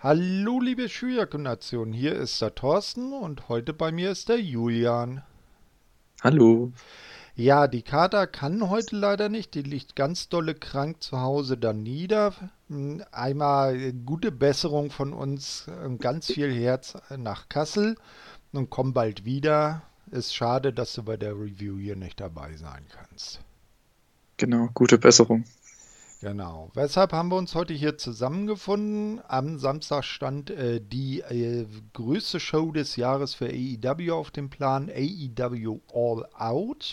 Hallo, liebe Schülerkonation, hier ist der Thorsten und heute bei mir ist der Julian. Hallo. Ja, die Kater kann heute leider nicht, die liegt ganz dolle krank zu Hause da nieder. Einmal gute Besserung von uns, ganz viel Herz nach Kassel und komm bald wieder. Ist schade, dass du bei der Review hier nicht dabei sein kannst. Genau, gute Besserung. Genau. Weshalb haben wir uns heute hier zusammengefunden? Am Samstag stand die größte Show des Jahres für AEW auf dem Plan, AEW All Out.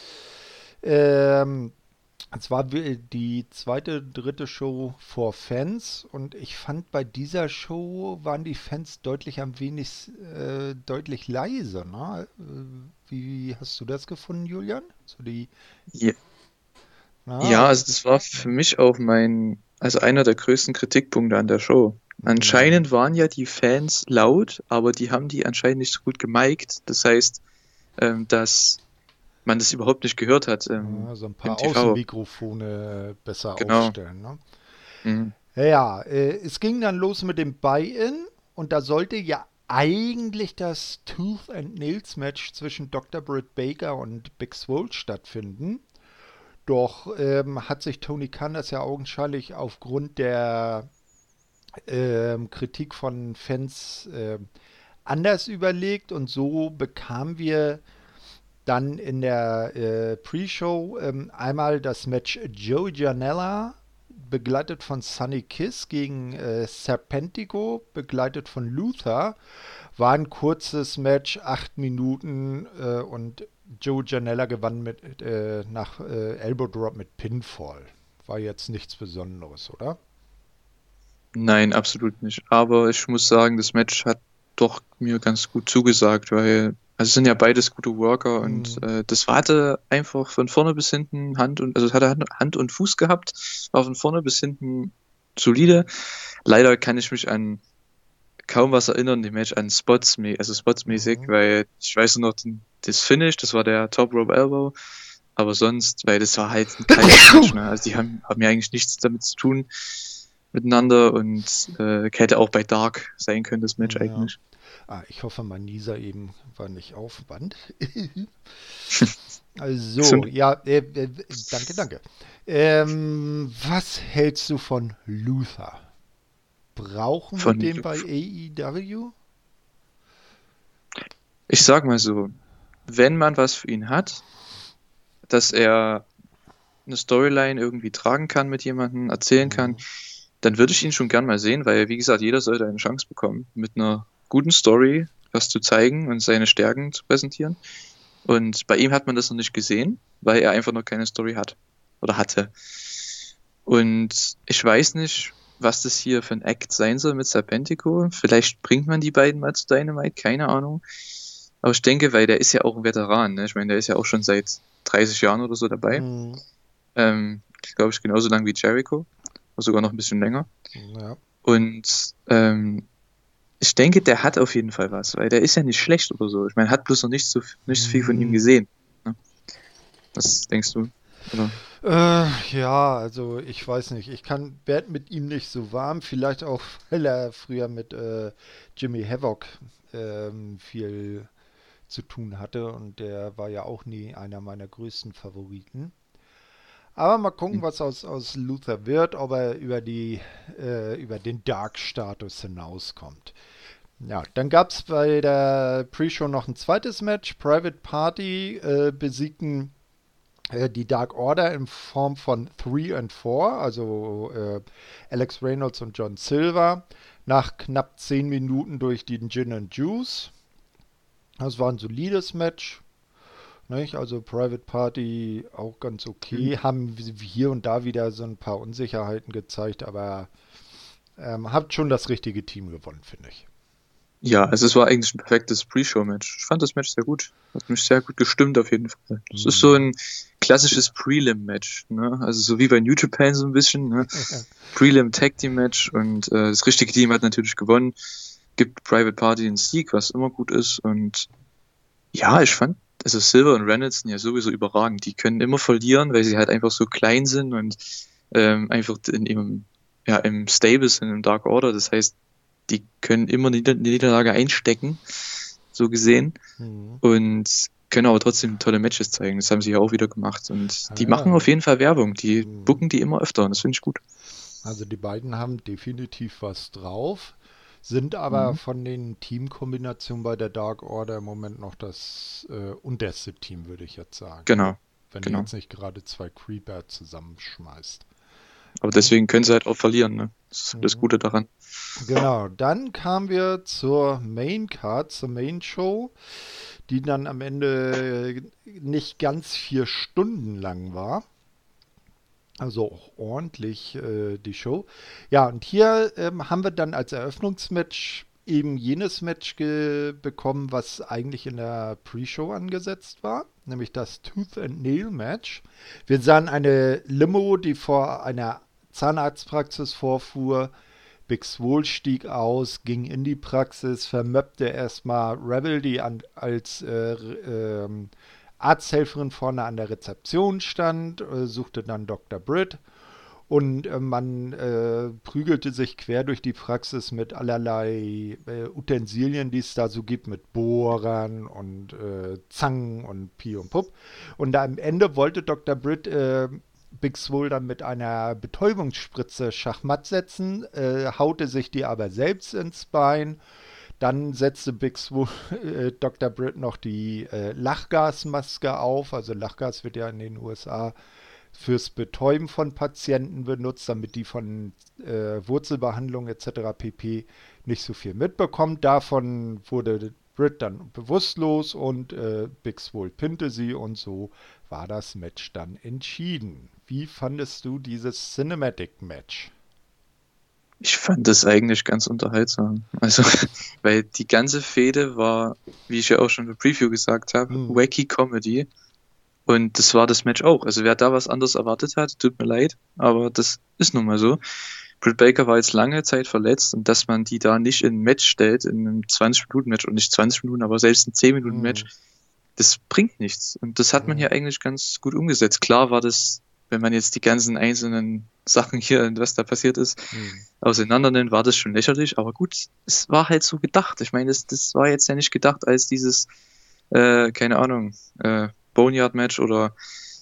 Ähm, Es war die zweite, dritte Show vor Fans und ich fand, bei dieser Show waren die Fans deutlich am wenigsten, deutlich leise. Ne? Wie hast du das gefunden, Julian? So die, Ja, na, ja, also das war für mich auch also einer der größten Kritikpunkte an der Show. mm, Anscheinend waren ja die Fans laut, aber die haben die anscheinend nicht so gut gemiked. Das heißt, dass man das überhaupt nicht gehört hat so ein im paar TV. Außenmikrofone besser Genau. aufstellen. Ne? Mhm. Ja, es ging dann los mit dem Buy-In und da sollte ja eigentlich das Tooth and Nails Match zwischen Dr. Britt Baker und Big Swole stattfinden. Doch hat sich Tony Khan das ja augenscheinlich aufgrund der Kritik von Fans anders überlegt und so bekamen wir dann in der Pre-Show einmal das Match Joey Janela, begleitet von Sonny Kiss gegen Serpentico, begleitet von Luther. War ein kurzes Match, 8 Minuten und Joe Janela gewann nach Elbow Drop mit Pinfall. War jetzt nichts Besonderes, oder? Nein, absolut nicht. Aber ich muss sagen, das Match hat doch mir ganz gut zugesagt, weil also es sind ja beides gute Worker und Hm. das hatte einfach von vorne bis hinten also es hatte Hand und Fuß gehabt, war von vorne bis hinten solide. Leider kann ich mich an kaum was erinnern, dem Match an also spotsmäßig, Mhm. weil ich weiß nur noch das Finish, das war der Top Rope Elbow, aber sonst, weil das war halt ein kaltes Match, ne? Also die haben ja eigentlich nichts damit zu tun miteinander und hätte auch bei Dark sein können, das Match Ja. eigentlich. Ich hoffe, mein Nieser eben war nicht auf Band. Also, Gesund. ja, danke, danke. Was hältst du von Luther? Brauchen wir Von, den bei AEW? ich sag mal so, wenn man was für ihn hat, dass er eine Storyline irgendwie tragen kann mit jemandem, erzählen kann, Mhm. dann würde ich ihn schon gern mal sehen, weil, wie gesagt, jeder sollte eine Chance bekommen, mit einer guten Story was zu zeigen und seine Stärken zu präsentieren. Und bei ihm hat man das noch nicht gesehen, weil er einfach noch keine Story hat oder hatte. Und ich weiß nicht, was das hier für ein Act sein soll mit Serpentico. Vielleicht bringt man die beiden mal zu Dynamite, keine Ahnung. Aber ich denke, weil der ist ja auch ein Veteran, ne? Ich meine, der ist ja auch schon seit 30 Jahren oder so dabei. Mhm. Glaube ich, genauso lang wie Jericho, oder sogar noch ein bisschen länger. Ja. Und ich denke, der hat auf jeden Fall was, weil der ist ja nicht schlecht oder so. Ich meine, hat bloß noch nicht so viel von ihm Mm, gesehen. Ne? Was denkst du? Oder? ja, also ich weiß nicht. Werd mit ihm nicht so warm. Vielleicht auch, weil er früher mit Jimmy Havoc viel zu tun hatte und der war ja auch nie einer meiner größten Favoriten. Aber mal gucken, was aus Luther wird, ob er über den Dark-Status hinauskommt. Ja, dann gab es bei der Pre-Show noch ein zweites Match. Private Party besiegten die Dark Order in Form von 3 and 4, also Alex Reynolds und John Silver, nach knapp 10 Minuten durch den Gin and Juice. Das war ein solides Match. Nicht? Also Private Party auch ganz okay. Haben hier und da wieder so ein paar Unsicherheiten gezeigt, aber habt schon das richtige Team gewonnen, finde ich. Ja, also es war eigentlich ein perfektes Pre-Show-Match. Ich fand das Match sehr gut. Hat mich sehr gut gestimmt auf jeden Fall. Das ist so Mhm. ein klassisches Prelim-Match, ne? Also so wie bei New Japan so ein bisschen, ne? Prelim-Tag-Team-Match und das richtige Team hat natürlich gewonnen. Gibt Private Party den Sieg, was immer gut ist. Und ja, ich fand, also Silver und Reynolds sind ja sowieso überragend. Die können immer verlieren, weil sie halt einfach so klein sind und einfach in ihrem, ja, im Stable sind, im Dark Order. Das heißt, die können immer eine Niederlage einstecken, so gesehen, und können aber trotzdem tolle Matches zeigen. Das haben sie ja auch wieder gemacht. Und die machen auf jeden Fall Werbung. Die booken die immer öfter und das finde ich gut. Also die beiden haben definitiv was drauf, sind aber von den Teamkombinationen bei der Dark Order im Moment noch das unterste Team, würde ich jetzt sagen. Genau. Wenn du jetzt nicht gerade zwei Creeper zusammenschmeißt. Aber deswegen können sie halt auch verlieren, ne? Das ist das Gute daran. Genau, dann kamen wir zur Main Card, zur Main Show, die dann am Ende nicht ganz 4 Stunden lang war. Also auch ordentlich die Show. Ja, und hier haben wir dann als Eröffnungsmatch eben jenes Match bekommen, was eigentlich in der Pre-Show angesetzt war, nämlich das Tooth and Nail Match. Wir sahen eine Limo, die vor einer Zahnarztpraxis vorfuhr. Big Swole stieg aus, ging in die Praxis, vermöppte erstmal Rebel, die als Arzthelferin vorne an der Rezeption stand, suchte dann Dr. Britt und man prügelte sich quer durch die Praxis mit allerlei Utensilien, die es da so gibt, mit Bohrern und Zangen und Pi und Pup. Und am Ende wollte Dr. Britt Big Swole dann mit einer Betäubungsspritze schachmatt setzen, haute sich die aber selbst ins Bein. Dann setzte Big Swole Dr. Britt noch die Lachgasmaske auf. Also Lachgas wird ja in den USA fürs Betäuben von Patienten benutzt, damit die von Wurzelbehandlung etc. pp. Nicht so viel mitbekommt. Davon wurde Britt dann bewusstlos und Big Swole pinte sie und so war das Match dann entschieden. Wie fandest du dieses Cinematic Match? Ich fand das eigentlich ganz unterhaltsam. Also, weil die ganze Fehde war, wie ich ja auch schon im Preview gesagt habe, wacky Comedy. Und das war das Match auch. Also wer da was anderes erwartet hat, tut mir leid, aber das ist nun mal so. Britt Baker war jetzt lange Zeit verletzt und dass man die da nicht in ein Match stellt, in einem 20-Minuten-Match und nicht 20 Minuten, aber selbst ein 10-Minuten-Match, das bringt nichts. Und das hat man hier eigentlich ganz gut umgesetzt. Klar war das, wenn man jetzt die ganzen einzelnen Sachen hier, was da passiert ist, auseinander nimmt, war das schon lächerlich. Aber gut, es war halt so gedacht. Ich meine, das war jetzt ja nicht gedacht als dieses, keine Ahnung, Boneyard-Match oder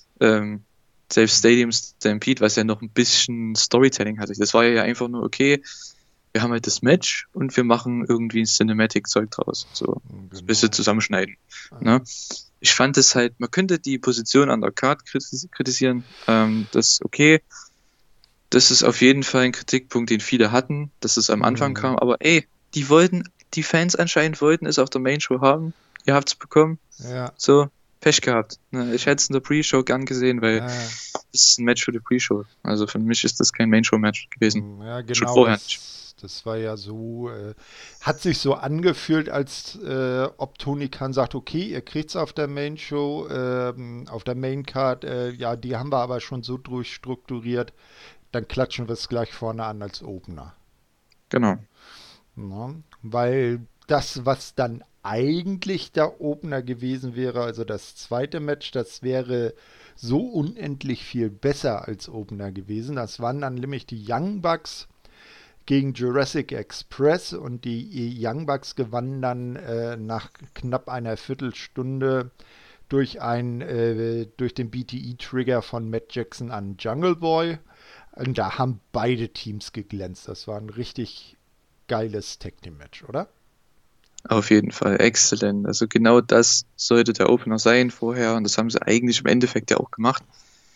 selbst Stadium Stampede, was ja noch ein bisschen Storytelling hatte. Das war ja einfach nur, okay, wir haben halt das Match und wir machen irgendwie ein Cinematic-Zeug draus. So ein bisschen zusammenschneiden. Ne? Ich fand es halt, man könnte die Position an der Card kritisieren. Das okay, das ist auf jeden Fall ein Kritikpunkt, den viele hatten, dass es am Anfang kam. Aber ey, die Fans anscheinend wollten es auf der Main-Show haben. Ihr habt es bekommen. Ja. So, Pech gehabt. Ich hätte es in der Pre-Show gern gesehen, weil es ist ein Match für die Pre-Show. Also für mich ist das kein Main-Show-Match gewesen. Ja, genau. Schon vorher nicht. Das war ja so, hat sich so angefühlt, als ob Tony Khan sagt, okay, ihr kriegt's auf der Main Show, auf der Main Card, ja, die haben wir aber schon so durchstrukturiert, dann klatschen wir es gleich vorne an als Opener. Genau. Ja, weil das, was dann eigentlich der Opener gewesen wäre, also das zweite Match, das wäre so unendlich viel besser als Opener gewesen. Das waren dann nämlich die Young Bucks gegen Jurassic Express und die Young Bucks gewannen dann nach knapp einer Viertelstunde durch den BTE-Trigger von Matt Jackson an Jungle Boy. Und da haben beide Teams geglänzt. Das war ein richtig geiles Tag-Team-Match, oder? Auf jeden Fall, exzellent. Also genau das sollte der Opener sein vorher und das haben sie eigentlich im Endeffekt ja auch gemacht.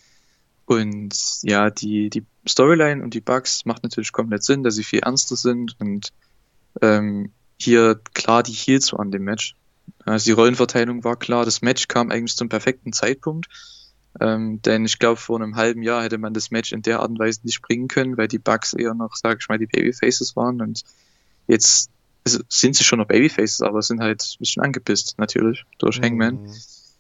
Und ja, die Storyline und die Bugs macht natürlich komplett Sinn, dass sie viel ernster sind und hier klar die Heels waren an dem Match. Also die Rollenverteilung war klar, das Match kam eigentlich zum perfekten Zeitpunkt, denn ich glaube, vor einem halben Jahr hätte man das Match in der Art und Weise nicht bringen können, weil die Bugs eher noch, sage ich mal, die Babyfaces waren und jetzt sind sie schon noch Babyfaces, aber sind halt ein bisschen angepisst natürlich durch Hangman.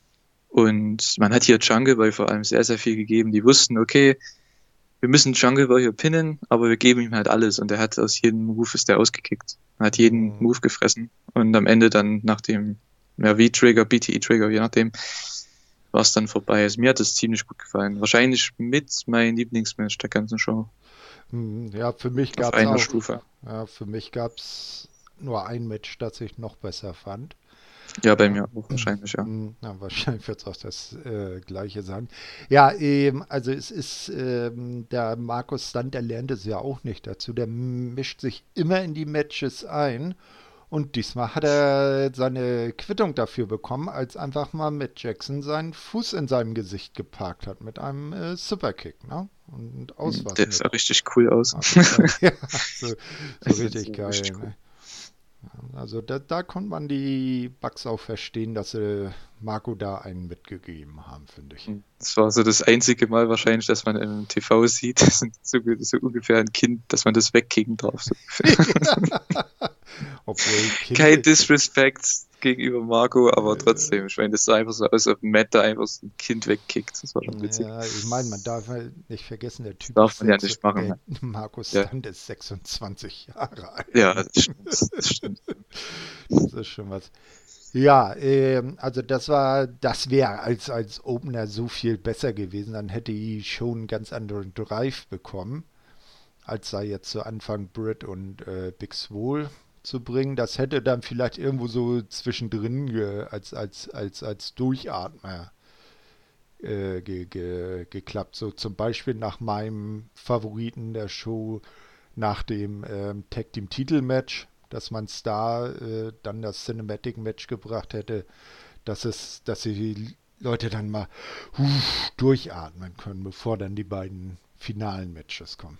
Und man hat hier Jungle Boy vor allem sehr, sehr viel gegeben. Die wussten, okay, wir müssen Jungle Boy hier pinnen, aber wir geben ihm halt alles. Und er hat aus jedem Move ist der ausgekickt. Er hat jeden Move gefressen. Und am Ende dann nach dem V-Trigger, BTE-Trigger, je nachdem, war es dann vorbei. Also mir hat das ziemlich gut gefallen. Wahrscheinlich mit meinem Lieblingsmatch der ganzen Show. Ja, für mich auf gab es einer auch, Stufe. ja, für mich gab es nur ein Match, das ich noch besser fand. Ja, bei Ja. mir auch wahrscheinlich, ja. Na, wahrscheinlich wird es auch das gleiche sein. Ja, also es ist, der Markus Stunt, der lernt es ja auch nicht dazu. Der mischt sich immer in die Matches ein. Und diesmal hat er seine Quittung dafür bekommen, als einfach mal Matt Jackson seinen Fuß in seinem Gesicht geparkt hat mit einem Superkick, ne? Und aus was Der sah mit. richtig cool aus. Ja, das war, ja, so Das richtig war richtig geil, cool. ne? Also da konnte man die Bugs auch verstehen, dass sie Marco da einen mitgegeben haben, finde ich. Das war so das einzige Mal wahrscheinlich, dass man im TV sieht, das sind so ungefähr ein Kind, dass man das wegkicken darf. So. Obwohl Kein Kinder, Disrespect gegenüber Marco, aber äh, trotzdem, ich meine, das sah einfach so aus, ob Matt da einfach so ein Kind wegkickt. Das war schon witzig. ja, ich meine, man darf halt nicht vergessen, der Das Typ darf ist man ja nicht machen. der Ne? Markus Ja, Stunt ist 26 Jahre alt. ja, das stimmt. Das stimmt. Das ist schon was. Ja, also das wäre als Opener so viel besser gewesen. Dann hätte die Show einen ganz anderen Drive bekommen, als da jetzt zu Anfang Britt und Big Swole zu bringen. Das hätte dann vielleicht irgendwo so zwischendrin als Durchatmer geklappt. So zum Beispiel nach meinem Favoriten der Show, nach dem Tag Team Titelmatch, dass man es da dann das Cinematic Match gebracht hätte, dass die Leute dann mal durchatmen können, bevor dann die beiden finalen Matches kommen.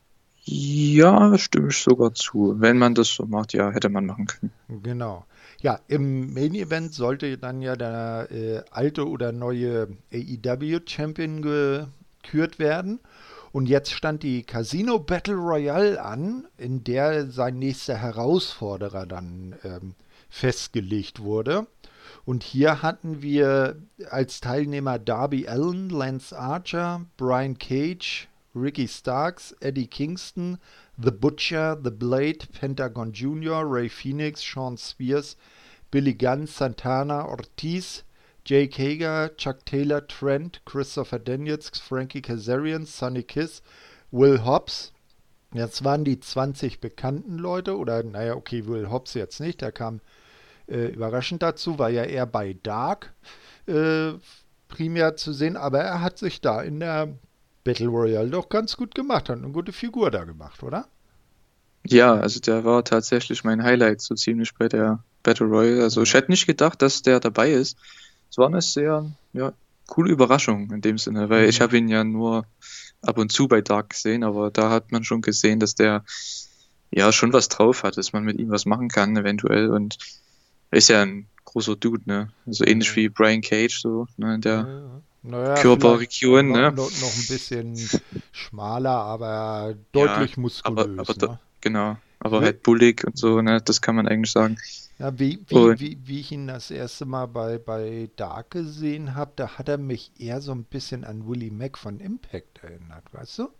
Ja, stimme ich sogar zu. Wenn man das so macht, ja, hätte man machen können. Genau. Ja, im Main Event sollte dann ja der alte oder neue AEW Champion gekürt werden. Und jetzt stand die Casino Battle Royale an, in der sein nächster Herausforderer dann festgelegt wurde. Und hier hatten wir als Teilnehmer Darby Allin, Lance Archer, Brian Cage, Ricky Starks, Eddie Kingston, The Butcher, The Blade, Pentagon Jr., Ray Phoenix, Sean Spears, Billy Gunn, Santana, Ortiz, Jake Hager, Chuck Taylor, Trent, Christopher Daniels, Frankie Kazarian, Sonny Kiss, Will Hobbs. Jetzt waren die 20 bekannten Leute, oder naja, okay, Will Hobbs jetzt nicht, der kam überraschend dazu, war ja eher bei Dark äh, primär zu sehen, aber er hat sich da in der Battle Royale doch ganz gut gemacht, hat eine gute Figur da gemacht, oder? Ja, also der war tatsächlich mein Highlight so ziemlich bei der Battle Royale. Also ich Ja. hätte nicht gedacht, dass der dabei ist. Es war eine sehr, ja, coole Überraschung in dem Sinne, weil ich Mhm. habe ihn ja nur ab und zu bei Dark gesehen, aber da hat man schon gesehen, dass der ja schon was drauf hat, dass man mit ihm was machen kann eventuell und er ist ja ein großer Dude, ne? Also ähnlich wie Brian Cage so, ne, in der Ja. Naja, vielleicht Körperregion, ne? noch ein bisschen schmaler, aber Ja, deutlich aber muskulös, da, ne? genau, Ich aber will, halt bullig und so, ne? Das kann man eigentlich sagen. ja, Und wie ich ihn das erste Mal bei Dark gesehen habe, da hat er mich eher so ein bisschen an Willie Mack von Impact erinnert, weißt du?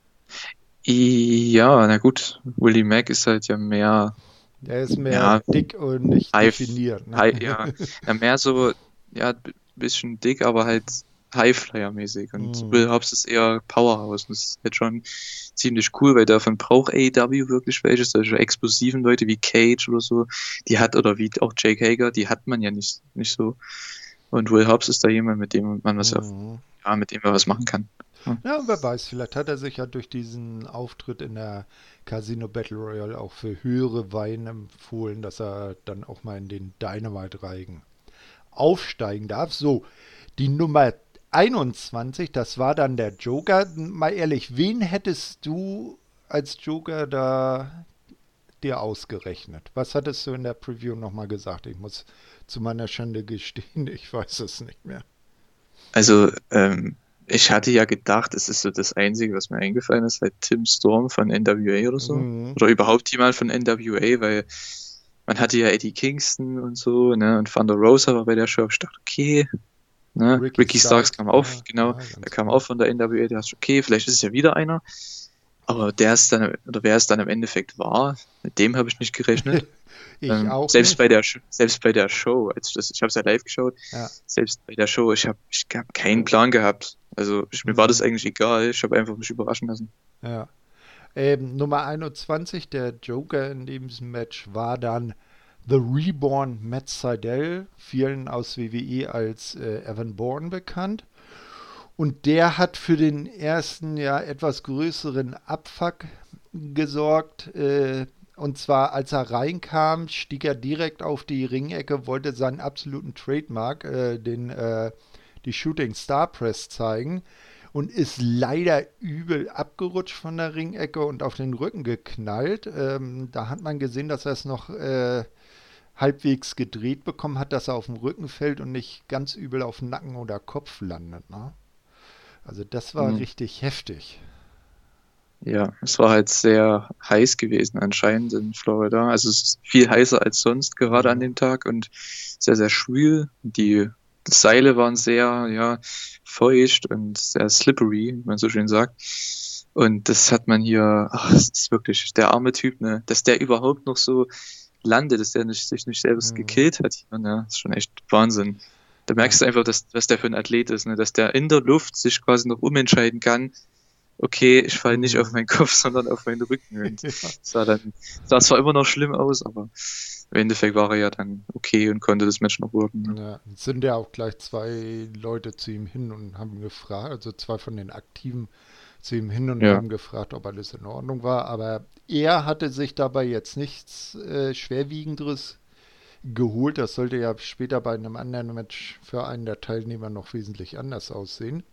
ja, na gut, Willie Mack ist halt ja mehr, Der ist mehr ja, dick und nicht High, definiert, ne? ja, mehr so, ja, bisschen dick, aber halt Highflyer-mäßig. Und Hm, Will Hobbs ist eher Powerhouse. Und das ist halt schon ziemlich cool, weil davon braucht AEW wirklich welche, solche explosiven Leute wie Cage oder so, die hat, oder wie auch Jake Hager, die hat man ja nicht so. Und Will Hobbs ist da jemand, mit dem man was, hm. ja, mit dem man was machen kann. Ja. Ja, wer weiß, vielleicht hat er sich ja durch diesen Auftritt in der Casino Battle Royale auch für höhere Weine empfohlen, dass er dann auch mal in den Dynamite-Reigen aufsteigen darf. So, die Nummer 21, das war dann der Joker. Mal ehrlich, wen hättest du als Joker da dir ausgerechnet? Was hattest du in der Preview nochmal gesagt? Ich muss zu meiner Schande gestehen, ich weiß es nicht mehr. Also, ich hatte ja gedacht, es ist so das Einzige, was mir eingefallen ist, halt Tim Storm von NWA oder so. Mhm. Oder überhaupt jemand von NWA, weil man hatte ja Eddie Kingston und so, ne, und Thunder Rosa war bei der Show. Ich dachte, okay, ne, Ricky Ricky Starks Starks, kam ja, auf, genau, ja, er ganz kam genau. auch von der NWA, der dachte, okay, vielleicht ist es ja wieder einer. Aber der ist dann, oder wer es dann im Endeffekt war, mit dem habe ich nicht gerechnet. Ich auch Selbst nicht. bei selbst bei der Show, ich habe es ja live geschaut, Ja. selbst bei der Show, ich hab keinen Plan gehabt. Also mir war das Mhm. eigentlich egal, ich habe einfach mich überraschen lassen. Ja. Nummer 21, der Joker in diesem Match, war dann The Reborn Matt Sydal, vielen aus WWE als Evan Bourne bekannt. Und der hat für den ersten, ja, etwas größeren Abfuck gesorgt. Und zwar, als er reinkam, stieg er direkt auf die Ringecke, wollte seinen absoluten Trademark, die Shooting Star Press zeigen und ist leider übel abgerutscht von der Ringecke und auf den Rücken geknallt. Da hat man gesehen, dass er es noch halbwegs gedreht bekommen hat, dass er auf dem Rücken fällt und nicht ganz übel auf Nacken oder Kopf landet. Ne? Also das war richtig heftig. Ja, es war halt sehr heiß gewesen anscheinend in Florida. Also es ist viel heißer als sonst gerade an dem Tag und sehr, sehr schwül. Die Seile waren sehr, ja, feucht und sehr slippery, wie man so schön sagt. Und das hat man hier, es ist wirklich der arme Typ, ne, dass der überhaupt noch so landet, dass der sich nicht selbst gekillt hat hier, ne, ist schon echt Wahnsinn. Da merkst du einfach, was der für ein Athlet ist, ne, dass der in der Luft sich quasi noch umentscheiden kann. Okay, ich falle nicht auf meinen Kopf, sondern auf meinen Rücken. Und sah zwar immer noch schlimm aus, aber im Endeffekt war er ja dann okay und konnte das Match noch worken. Ne? Ja, es sind ja auch gleich zwei Leute zu ihm hin und haben gefragt, also zwei von den Aktiven zu ihm hin und haben gefragt, ob alles in Ordnung war. Aber er hatte sich dabei jetzt nichts Schwerwiegenderes geholt. Das sollte ja später bei einem anderen Match für einen der Teilnehmer noch wesentlich anders aussehen.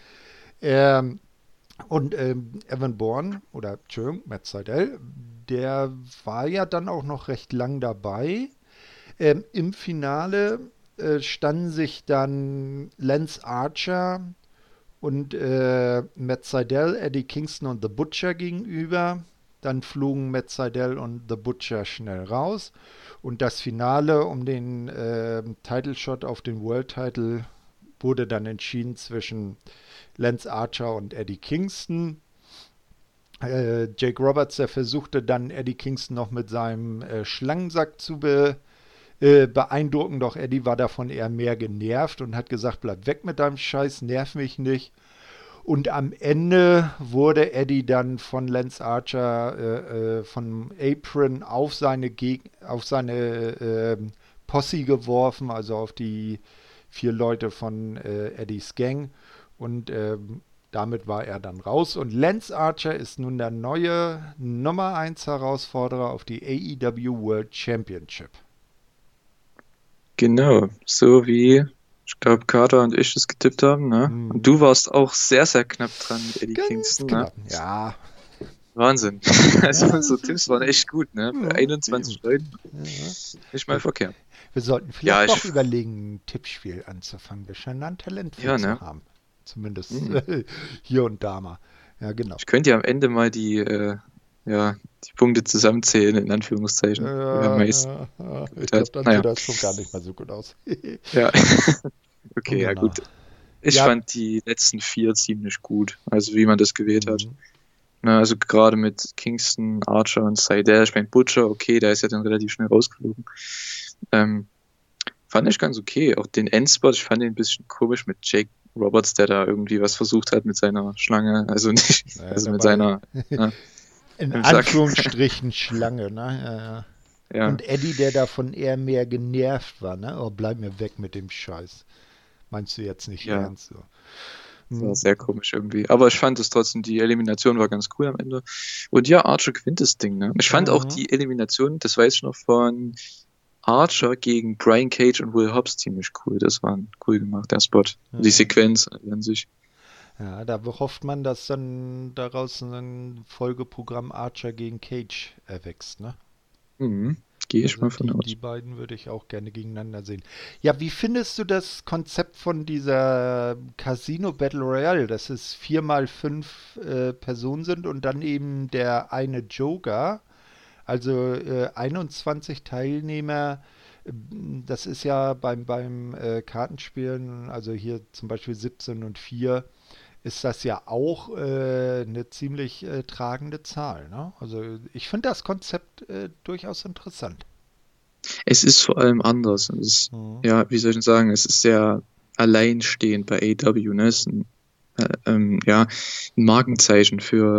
Und Evan Bourne oder Entschuldigung, Matt Sydal, der war ja dann auch noch recht lang dabei. Im Finale standen sich dann Lance Archer und Matt Sydal, Eddie Kingston und The Butcher gegenüber. Dann flogen Matt Sydal und The Butcher schnell raus. Und das Finale um den Title Shot auf den World Title wurde dann entschieden zwischen Lance Archer und Eddie Kingston. Jake Roberts, der versuchte dann Eddie Kingston noch mit seinem Schlangensack zu beeindrucken, doch Eddie war davon eher mehr genervt und hat gesagt, bleib weg mit deinem Scheiß, nerv mich nicht. Und am Ende wurde Eddie dann von Lance Archer von Apron auf seine Posse geworfen, also auf die 4 Leute von Eddies Gang. Und damit war er dann raus. Und Lance Archer ist nun der neue Nummer 1 Herausforderer auf die AEW World Championship. Genau, so wie ich glaube Carter und ich das getippt haben. Ne? Und du warst auch sehr, sehr knapp dran mit Eddie Kingston. Knapp. Ne? Ja. Wahnsinn. Also unsere Tipps waren echt gut. Ne? Bei 21 Leuten. Nicht mal verkehrt. Wir sollten vielleicht doch überlegen, ein Tippspiel anzufangen. Wir scheinen ein Talent für zu haben. Zumindest hier und da mal. Ja, genau. Ich könnte ja am Ende mal die Punkte zusammenzählen, in Anführungszeichen. Ich glaube, dann sieht das schon gar nicht mal so gut aus. Ja. Okay, ja gut. Ich fand die letzten 4 ziemlich gut, also wie man das gewählt hat. Na, also gerade mit Kingston, Archer und Sydal, ich meine Butcher, okay, der ist ja dann relativ schnell rausgeflogen. Fand ich ganz okay. Auch den Endspot, ich fand den ein bisschen komisch mit Jake Roberts, der da irgendwie was versucht hat mit seiner Schlange, also nicht, mit seiner in Anführungsstrichen Schlange, ne? Ja. Und Eddie, der davon eher mehr genervt war, ne? Oh, bleib mir weg mit dem Scheiß. Meinst du jetzt nicht ernst? So. Das war sehr komisch irgendwie. Aber ich fand es trotzdem, die Elimination war ganz cool am Ende. Und ja, Archer gewinnt das Ding, ne? Ich fand auch die Elimination, das weiß ich noch, von Archer gegen Brian Cage und Will Hobbs ziemlich cool. Das war cool gemacht, der Spot. Die Sequenz an sich. Ja, da hofft man, dass dann daraus ein Folgeprogramm Archer gegen Cage erwächst, ne? Gehe ich mal von aus. Die beiden würde ich auch gerne gegeneinander sehen. Ja, wie findest du das Konzept von dieser Casino Battle Royale, dass es 4x5 Personen sind und dann eben der eine Joker, also 21 Teilnehmer, das ist ja beim Kartenspielen, also hier zum Beispiel 17 und 4, ist das ja auch eine ziemlich tragende Zahl. Ne? Also ich finde das Konzept durchaus interessant. Es ist vor allem anders. Es ist, ja, wie soll ich denn sagen, es ist sehr alleinstehend bei AEW. Ne? Es ist ein Markenzeichen für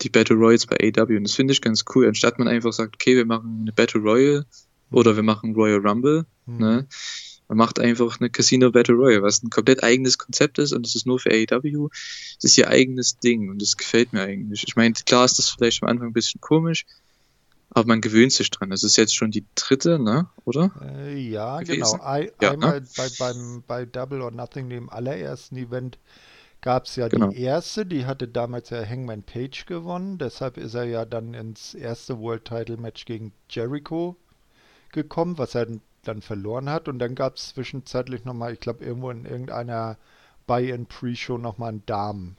die Battle Royals bei AEW und das finde ich ganz cool, anstatt man einfach sagt, okay, wir machen eine Battle Royal oder wir machen Royal Rumble, ne? Man macht einfach eine Casino Battle Royale, was ein komplett eigenes Konzept ist und es ist nur für AEW. Das ist ihr eigenes Ding und das gefällt mir eigentlich. Ich meine, klar ist das vielleicht am Anfang ein bisschen komisch, aber man gewöhnt sich dran. Das ist jetzt schon die dritte, ne? Oder? Ja, genau. Gewesen? Ja, ne? Einmal bei Double or Nothing, dem allerersten Event, gab es ja die Genau. erste, die hatte damals ja Hangman Page gewonnen. Deshalb ist er ja dann ins erste World Title Match gegen Jericho gekommen, was er dann verloren hat. Und dann gab es zwischenzeitlich nochmal, ich glaube, irgendwo in irgendeiner Buy-in Pre-Show nochmal einen Damen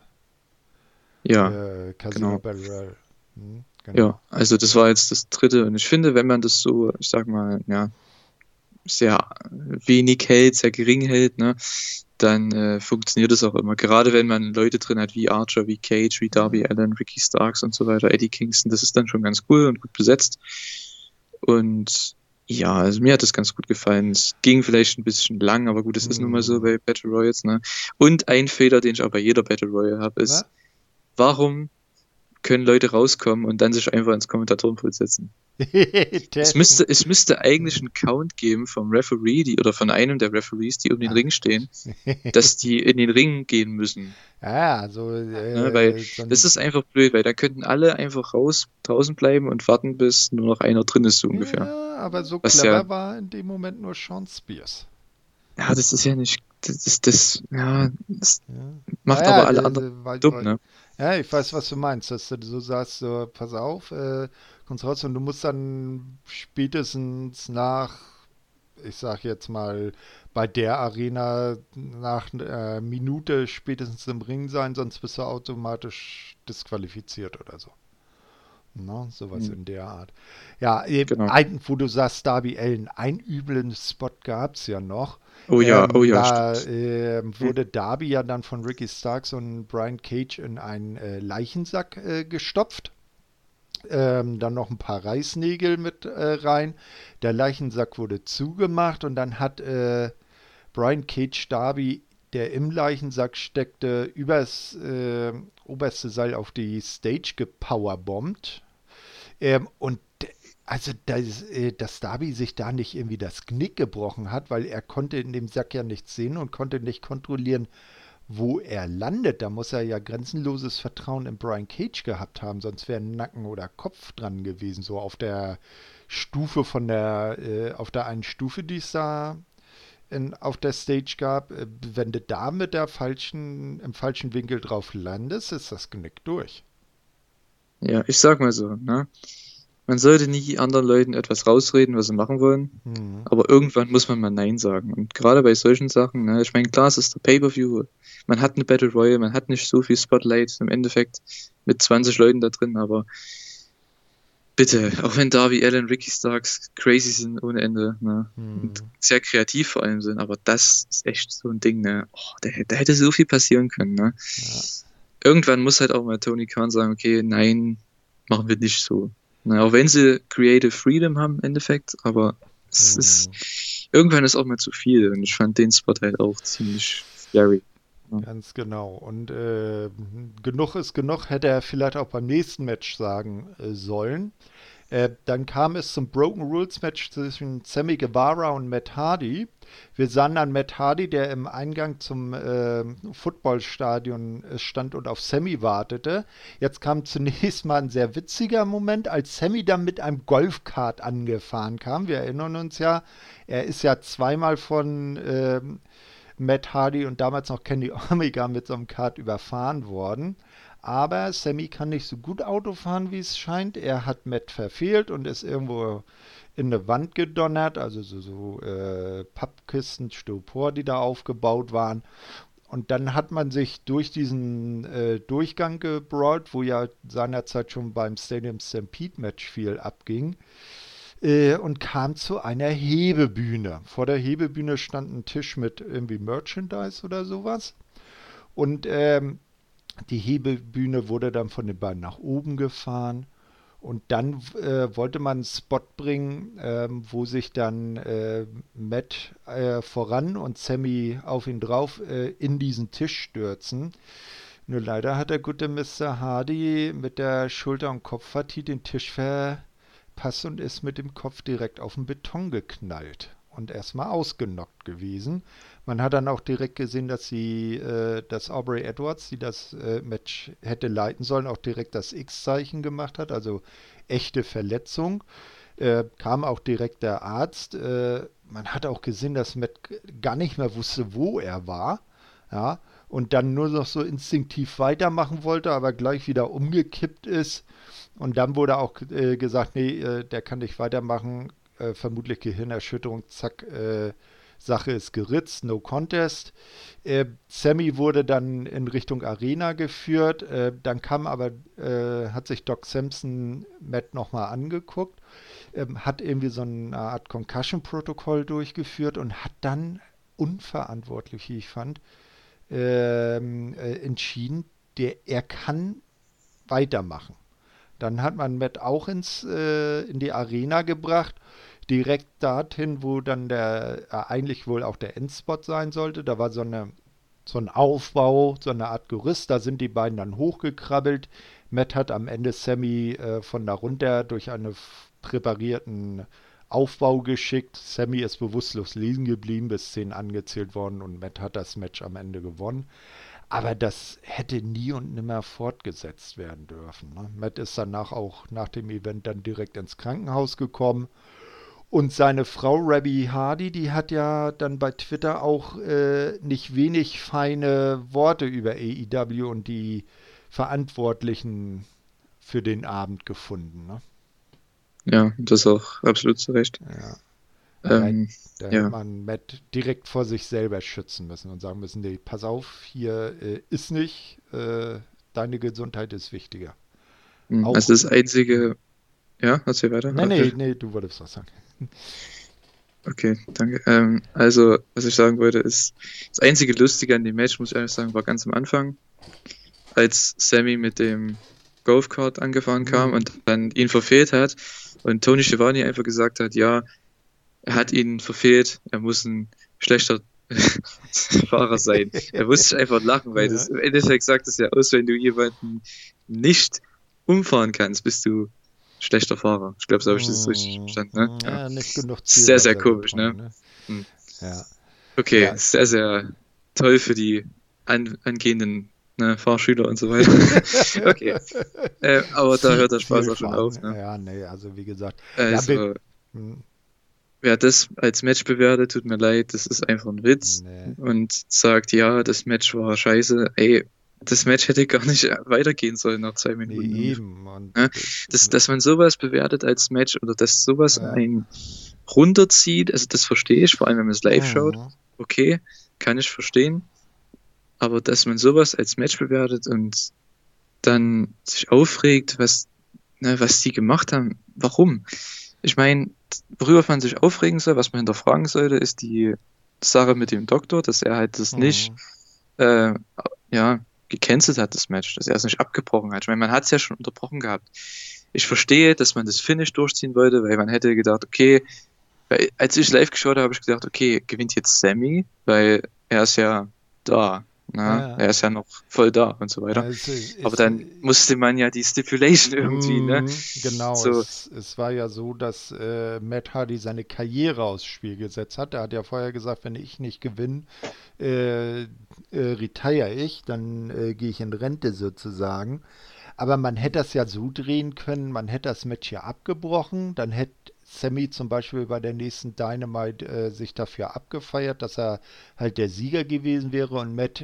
Ja, Casino genau. Battle Royale. Ja, Genau. also das war jetzt das dritte und ich finde, wenn man das so, ich sag mal, ja, sehr wenig hält, sehr gering hält, ne, dann funktioniert es auch immer. Gerade wenn man Leute drin hat wie Archer, wie Cage, wie Darby Allin, Ricky Starks und so weiter, Eddie Kingston, das ist dann schon ganz cool und gut besetzt. Und ja, also mir hat das ganz gut gefallen. Es ging vielleicht ein bisschen lang, aber gut, das ist nun mal so bei Battle Royals, ne. Und ein Fehler, den ich auch bei jeder Battle Royale habe, Na? ist, warum können Leute rauskommen und dann sich einfach ins Kommentatorenpult setzen? Es müsste eigentlich einen Count geben vom Referee, oder von einem der Referees, die um den Ring stehen, dass die in den Ring gehen müssen. Ja, also Ne? Weil so das ein, ist einfach blöd, weil da könnten alle einfach draußen bleiben und warten, bis nur noch einer drin ist, so ungefähr. ja, aber so Was ja, clever war in dem Moment nur Sean Spears. ja, das ist ja nicht, das Ja. macht Naja, aber alle anderen dumm, ne? ja, ich weiß, was du meinst, dass du so sagst, so, pass auf, kommst raus und du musst dann spätestens nach, ich sag jetzt mal, bei der Arena nach Minute spätestens im Ring sein, sonst bist du automatisch disqualifiziert oder so. Ne? Sowas Hm, in der Art. Ja, genau. wo du sagst, Darby Allin, einen üblen Spot gab es ja noch. Oh ja, Da stimmt. Hm, wurde Darby ja dann von Ricky Starks und Brian Cage in einen Leichensack gestopft. Dann noch ein paar Reißnägel mit rein. Der Leichensack wurde zugemacht und dann hat Brian Cage Darby, der im Leichensack steckte, übers oberste Seil auf die Stage gepowerbombt. Und also, dass Darby sich da nicht irgendwie das Knick gebrochen hat, weil er konnte in dem Sack ja nichts sehen und konnte nicht kontrollieren, wo er landet. Da muss er ja grenzenloses Vertrauen in Brian Cage gehabt haben, sonst wäre Nacken oder Kopf dran gewesen, so auf der Stufe auf der einen Stufe, die es da auf der Stage gab. Wenn du da mit im falschen Winkel drauf landest, ist das Genick durch. ja, ich sag mal so, ne? Man sollte nie anderen Leuten etwas rausreden, was sie machen wollen, Hm. aber irgendwann muss man mal Nein sagen. Und gerade bei solchen Sachen, ne, ich meine, klar, es ist der Pay-Per-View, man hat eine Battle Royale, man hat nicht so viel Spotlight im Endeffekt mit 20 Leuten da drin, aber bitte, auch wenn Darby Allin, Ricky Starks crazy sind ohne Ende, ne, und Hm. sehr kreativ vor allem sind, aber das ist echt so ein Ding, ne, oh, da hätte so viel passieren können, ne. Ja. Irgendwann muss halt auch mal Tony Khan sagen, okay, nein, machen wir nicht so. Na, auch wenn sie Creative Freedom haben im Endeffekt, aber es ist Hm. irgendwann ist auch mal zu viel und ich fand den Spot halt auch ziemlich scary. Ja. Ganz genau. Und genug ist genug, hätte er vielleicht auch beim nächsten Match sagen sollen. Dann kam es zum Broken Rules Match zwischen Sammy Guevara und Matt Hardy. Wir sahen dann Matt Hardy, der im Eingang zum Footballstadion stand und auf Sammy wartete. Jetzt kam zunächst mal ein sehr witziger Moment, als Sammy dann mit einem Golfkart angefahren kam. Wir erinnern uns ja, er ist ja zweimal von Matt Hardy und damals noch Kenny Omega mit so einem Kart überfahren worden. Aber Sammy kann nicht so gut Auto fahren, wie es scheint. Er hat Matt verfehlt und ist irgendwo in eine Wand gedonnert, also Pappkisten, Styropor, die da aufgebaut waren. Und dann hat man sich durch diesen Durchgang gebrawlt, wo ja seinerzeit schon beim Stadium Stampede Match viel abging, und kam zu einer Hebebühne. Vor der Hebebühne stand ein Tisch mit irgendwie Merchandise oder sowas. Und die Hebebühne wurde dann von den beiden nach oben gefahren. Und dann wollte man einen Spot bringen, wo sich dann Matt voran und Sammy auf ihn drauf in diesen Tisch stürzen. Nur leider hat der gute Mr. Hardy mit der Schulter- und Kopfpartie den Tisch verpasst und ist mit dem Kopf direkt auf den Beton geknallt und erstmal ausgenockt gewesen. Man hat dann auch direkt gesehen, dass Aubrey Edwards, die das Match hätte leiten sollen, auch direkt das X-Zeichen gemacht hat, also echte Verletzung. Kam auch direkt der Arzt. Man hat auch gesehen, dass Matt gar nicht mehr wusste, wo er war. Ja, und dann nur noch so instinktiv weitermachen wollte, aber gleich wieder umgekippt ist. Und dann wurde auch gesagt, nee, der kann nicht weitermachen. Vermutlich Gehirnerschütterung, zack, Sache ist geritzt, no contest. Sammy wurde dann in Richtung Arena geführt. Dann kam aber, hat sich Doc Sampson Matt nochmal angeguckt, hat irgendwie so eine Art Concussion-Protokoll durchgeführt und hat dann unverantwortlich, wie ich fand, entschieden, er kann weitermachen. Dann hat man Matt auch in die Arena gebracht, direkt dorthin, wo dann eigentlich wohl auch der Endspot sein sollte. Da war so ein Aufbau, so eine Art Gerüst, da sind die beiden dann hochgekrabbelt. Matt hat am Ende Sammy von da runter durch einen präparierten Aufbau geschickt. Sammy ist bewusstlos liegen geblieben, bis 10 angezählt worden und Matt hat das Match am Ende gewonnen. Aber das hätte nie und nimmer fortgesetzt werden dürfen. Ne? Matt ist danach auch nach dem Event dann direkt ins Krankenhaus gekommen. Und seine Frau Rabbi Hardy, die hat ja dann bei Twitter auch nicht wenig feine Worte über AEW und die Verantwortlichen für den Abend gefunden. Ne? Ja, das auch absolut zu Recht. Ja. Da Ja. hätte man Matt direkt vor sich selber schützen müssen und sagen müssen, nee, pass auf, hier ist nicht, deine Gesundheit ist wichtiger. Auch, Also das einzige, ja, erzähl weiter. Nee, du wolltest was sagen. Okay, danke. Also, was ich sagen wollte, ist, das einzige Lustige an dem Match, muss ich ehrlich sagen, war ganz am Anfang, als Sammy mit dem Golfkart angefahren kam und dann ihn verfehlt hat und Tony Schiavone einfach gesagt hat, ja, er hat ihn verfehlt, er muss ein schlechter Fahrer sein. Er musste einfach lachen, weil das im Endeffekt sagt es ja aus, wenn du jemanden nicht umfahren kannst, bist du schlechter Fahrer. Ich glaube, so habe ich das richtig verstanden. Ne? Ja, nicht genug Ziel. Sehr, sehr komisch, ne? Ja. Okay, ja. Sehr, sehr toll für die angehenden Fahrschüler und so weiter. Okay. Aber da hört der Spaß auch schon auf. Ne? Ja, nee, also wie gesagt. Also, wer das als Match bewertet, tut mir leid, das ist einfach ein Witz. Nee. Und sagt, ja, das Match war scheiße. Ey, das Match hätte gar nicht weitergehen sollen nach 2 Minuten. Nee, eben. Und dass man sowas bewertet als Match oder dass sowas einen runterzieht, also das verstehe ich, vor allem wenn man es live schaut. Okay, kann ich verstehen. Aber dass man sowas als Match bewertet und dann sich aufregt, was die gemacht haben, warum? Ich meine, worüber man sich aufregen soll, was man hinterfragen sollte, ist die Sache mit dem Doktor, dass er halt das nicht gecancelt hat, das Match, dass er es nicht abgebrochen hat. Ich meine, man hat es ja schon unterbrochen gehabt. Ich verstehe, dass man das Finish durchziehen wollte, weil man hätte gedacht, okay, als ich live geschaut habe, habe ich gedacht, okay, gewinnt jetzt Sammy, weil er ist ja da. Er ist ja noch voll da und so weiter. Aber dann musste man ja die Stipulation irgendwie, ne? Genau, so. Es war ja so, dass Matt Hardy seine Karriere aufs Spiel gesetzt hat. Er hat ja vorher gesagt, wenn ich nicht gewinne, retire ich, dann gehe ich in Rente sozusagen. Aber man hätte das ja so drehen können, man hätte das Match ja abgebrochen, dann hätte Sammy zum Beispiel bei der nächsten Dynamite sich dafür abgefeiert, dass er halt der Sieger gewesen wäre und Matt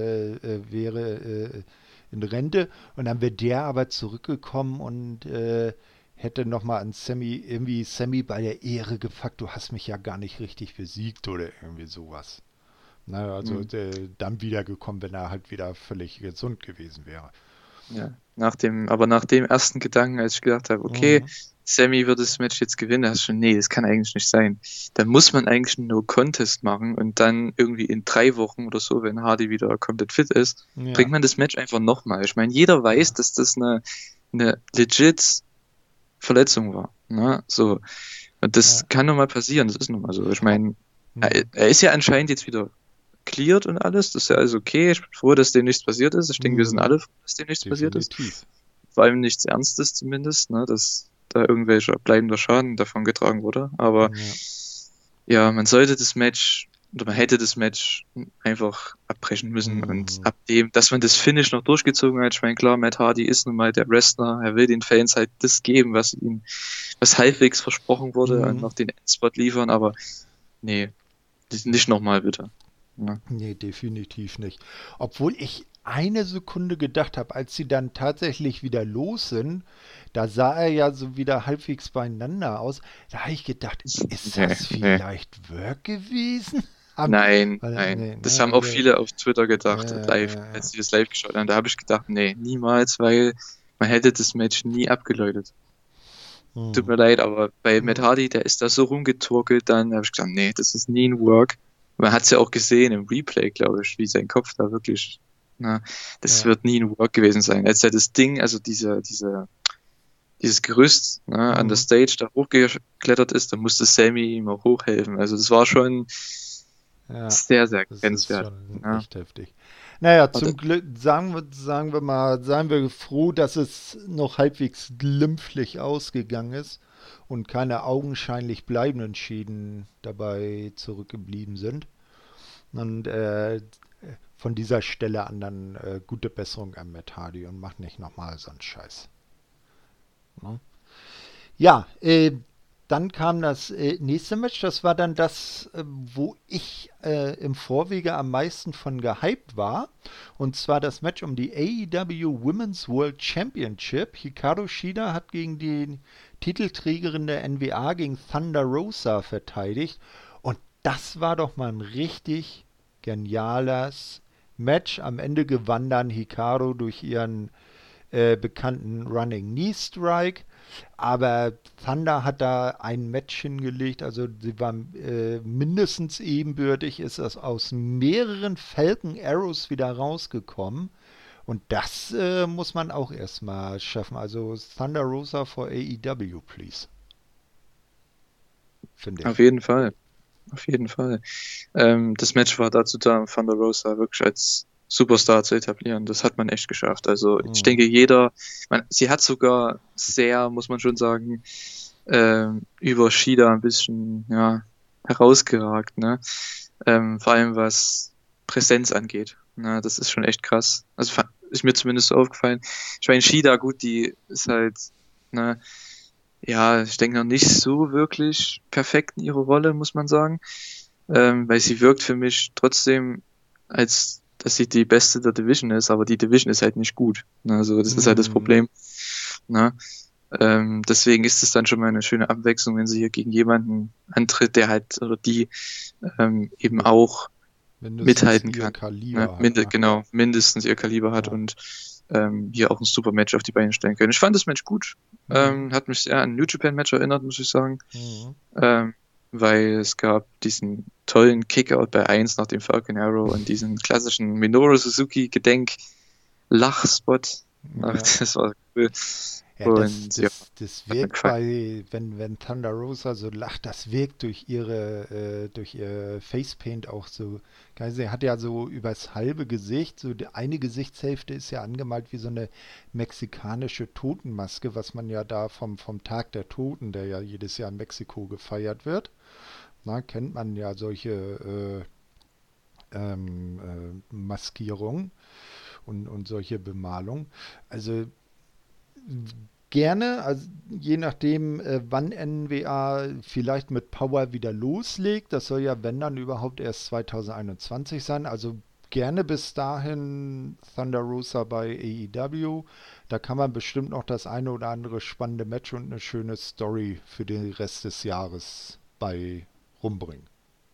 wäre in Rente. Und dann wäre der aber zurückgekommen und hätte nochmal an Sammy bei der Ehre gepackt, du hast mich ja gar nicht richtig besiegt oder irgendwie sowas. Na, also dann wiedergekommen, wenn er halt wieder völlig gesund gewesen wäre. Ja, nach dem ersten Gedanken, als ich gedacht habe, okay, Sammy wird das Match jetzt gewinnen, hast du schon, nee, das kann eigentlich nicht sein. Dann muss man eigentlich einen No-Contest machen und dann irgendwie in 3 Wochen oder so, wenn Hardy wieder komplett fit ist, bringt man das Match einfach nochmal. Ich meine, jeder weiß, dass das eine legit Verletzung war. Ne? So. Und das kann nun mal passieren, das ist nun mal so. Ich meine, er ist ja anscheinend jetzt wieder cleared und alles. Das ist ja alles okay. Ich bin froh, dass dem nichts passiert ist. Ich denke, wir sind alle froh, dass dem nichts passiert ist. Definitiv. Vor allem nichts Ernstes zumindest, ne, dass da irgendwelcher bleibender Schaden davon getragen wurde. Aber ja, man sollte das Match, oder man hätte das Match einfach abbrechen müssen. Und ab dem, dass man das Finish noch durchgezogen hat, ich meine, klar, Matt Hardy ist nun mal der Wrestler, er will den Fans halt das geben, was halbwegs versprochen wurde und noch den Endspot liefern, aber nee, nicht nochmal bitte. Ja. Nee, definitiv nicht. Obwohl ich eine Sekunde gedacht habe, als sie dann tatsächlich wieder los sind, da sah er ja so wieder halbwegs beieinander aus. Da habe ich gedacht, ist das vielleicht Work gewesen? Nein. Das haben auch viele auf Twitter gedacht, live, als sie das live geschaut haben. Da habe ich gedacht, nee, niemals, weil man hätte das Match nie abgeläutet. Tut mir leid, aber bei Matt Hardy, der ist da so rumgeturkelt, dann habe ich gesagt, nee, das ist nie ein Work. Man hat es ja auch gesehen im Replay, glaube ich, wie sein Kopf da wirklich, das wird nie ein Work gewesen sein. Als er das Ding, also dieses Gerüst an der Stage da hochgeklettert ist, da musste Sammy ihm auch hochhelfen. Also das war schon sehr, sehr grenzwertig. Echt heftig. Naja, zum Glück, sagen wir mal, seien wir froh, dass es noch halbwegs glimpflich ausgegangen ist und keine augenscheinlich bleibenden Schäden dabei zurückgeblieben sind. Und von dieser Stelle an dann gute Besserung an Matt Hardy und macht nicht nochmal so einen Scheiß. Ne? Ja, dann kam das nächste Match, das war dann das, wo ich im Vorwege am meisten von gehypt war. Und zwar das Match um die AEW Women's World Championship. Hikaru Shida hat gegen die Titelträgerin der NWA, gegen Thunder Rosa, verteidigt. Und das war doch mal ein richtig geniales Match. Am Ende gewann dann Hikaru durch ihren bekannten Running Knee Strike. Aber Thunder hat da ein Match hingelegt, also sie war mindestens ebenbürtig, ist aus mehreren Falcon Arrows wieder rausgekommen. Und das muss man auch erstmal schaffen. Also Thunder Rosa for AEW, please. Finde ich. Auf jeden Fall. Das Match war dazu da, Thunder Rosa wirklich als Superstar zu etablieren. Das hat man echt geschafft. Also ich denke, sie hat sogar sehr, muss man schon sagen, über Shida ein bisschen herausgeragt. Ne? Vor allem was Präsenz angeht. Ne? Das ist schon echt krass. Also ist mir zumindest so aufgefallen. Ich meine, Shida, gut, die ist halt, ne, ja, ich denke noch nicht so wirklich perfekt in ihrer Rolle, muss man sagen. Weil sie wirkt für mich trotzdem, als dass sie die beste der Division ist, aber die Division ist halt nicht gut. Also das ist halt das Problem. Deswegen ist es dann schon mal eine schöne Abwechslung, wenn sie hier gegen jemanden antritt, der halt oder die eben auch mithalten kann. Genau, mindestens ihr Kaliber hat und hier auch ein super Match auf die Beine stellen können. Ich fand das Match gut. Hat mich sehr an ein New Japan Match erinnert, muss ich sagen. Weil es gab diesen tollen Kickout bei 1 nach dem Falcon Arrow und diesen klassischen Minoru Suzuki Gedenk Lachspot. Das war cool. Ja, das wirkt wenn Thunder Rosa so lacht, das wirkt durch ihr Facepaint auch so. Sie hat ja so übers halbe Gesicht, so die eine Gesichtshälfte ist ja angemalt wie so eine mexikanische Totenmaske, was man ja da vom Tag der Toten, der ja jedes Jahr in Mexiko gefeiert wird. Kennt man ja solche Maskierungen und solche Bemalungen. Also gerne, also je nachdem, wann NWA vielleicht mit Power wieder loslegt. Das soll ja, wenn dann überhaupt erst 2021 sein. Also gerne bis dahin Thunder Rosa bei AEW. Da kann man bestimmt noch das eine oder andere spannende Match und eine schöne Story für den Rest des Jahres bei rumbringen.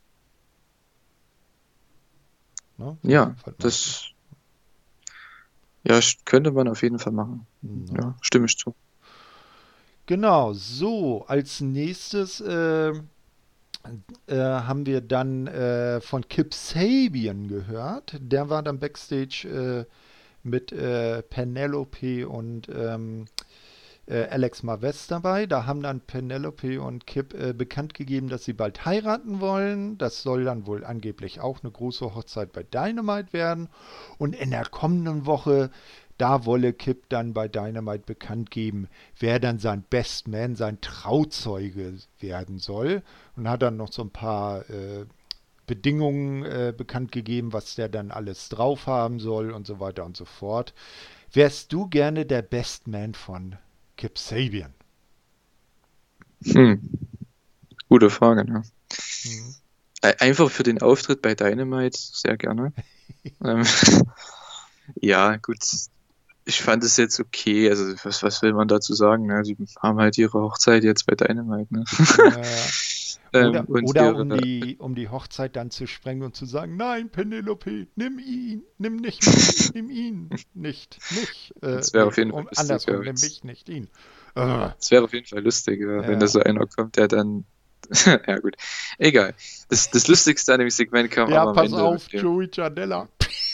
Ne? Ja, das könnte man auf jeden Fall machen. Ja, stimme ich zu. Genau, so, als nächstes haben wir dann von Kip Sabian gehört. Der war dann Backstage mit Penelope und Alex Marvez dabei. Da haben dann Penelope und Kip bekannt gegeben, dass sie bald heiraten wollen. Das soll dann wohl angeblich auch eine große Hochzeit bei Dynamite werden. Und in der kommenden Woche, da wolle Kip dann bei Dynamite bekannt geben, wer dann sein Best Man, sein Trauzeuge werden soll. Und hat dann noch so ein paar Bedingungen bekannt gegeben, was der dann alles drauf haben soll und so weiter und so fort. Wärst du gerne der Best Man von Kip Sabian? Gute Frage, ne? Mhm. Einfach für den Auftritt bei Dynamite sehr gerne. Ja, gut. Ich fand es jetzt okay. Also, was will man dazu sagen? Ne? Sie haben halt ihre Hochzeit jetzt bei Dynamite, ne? Oder um die Hochzeit dann zu sprengen und zu sagen, nein, Penelope, nimm ihn, nimm nicht mich, nimm ihn, nicht mich. Das wäre auf jeden Fall lustig. Andersrum, nimm mich, nicht ihn. Das wäre auf jeden Fall lustig, wenn da so einer kommt, der dann. Ja, gut. Egal. Das Lustigste an dem Segment kam ja, aber am pass Ende. auf, Joey Janela.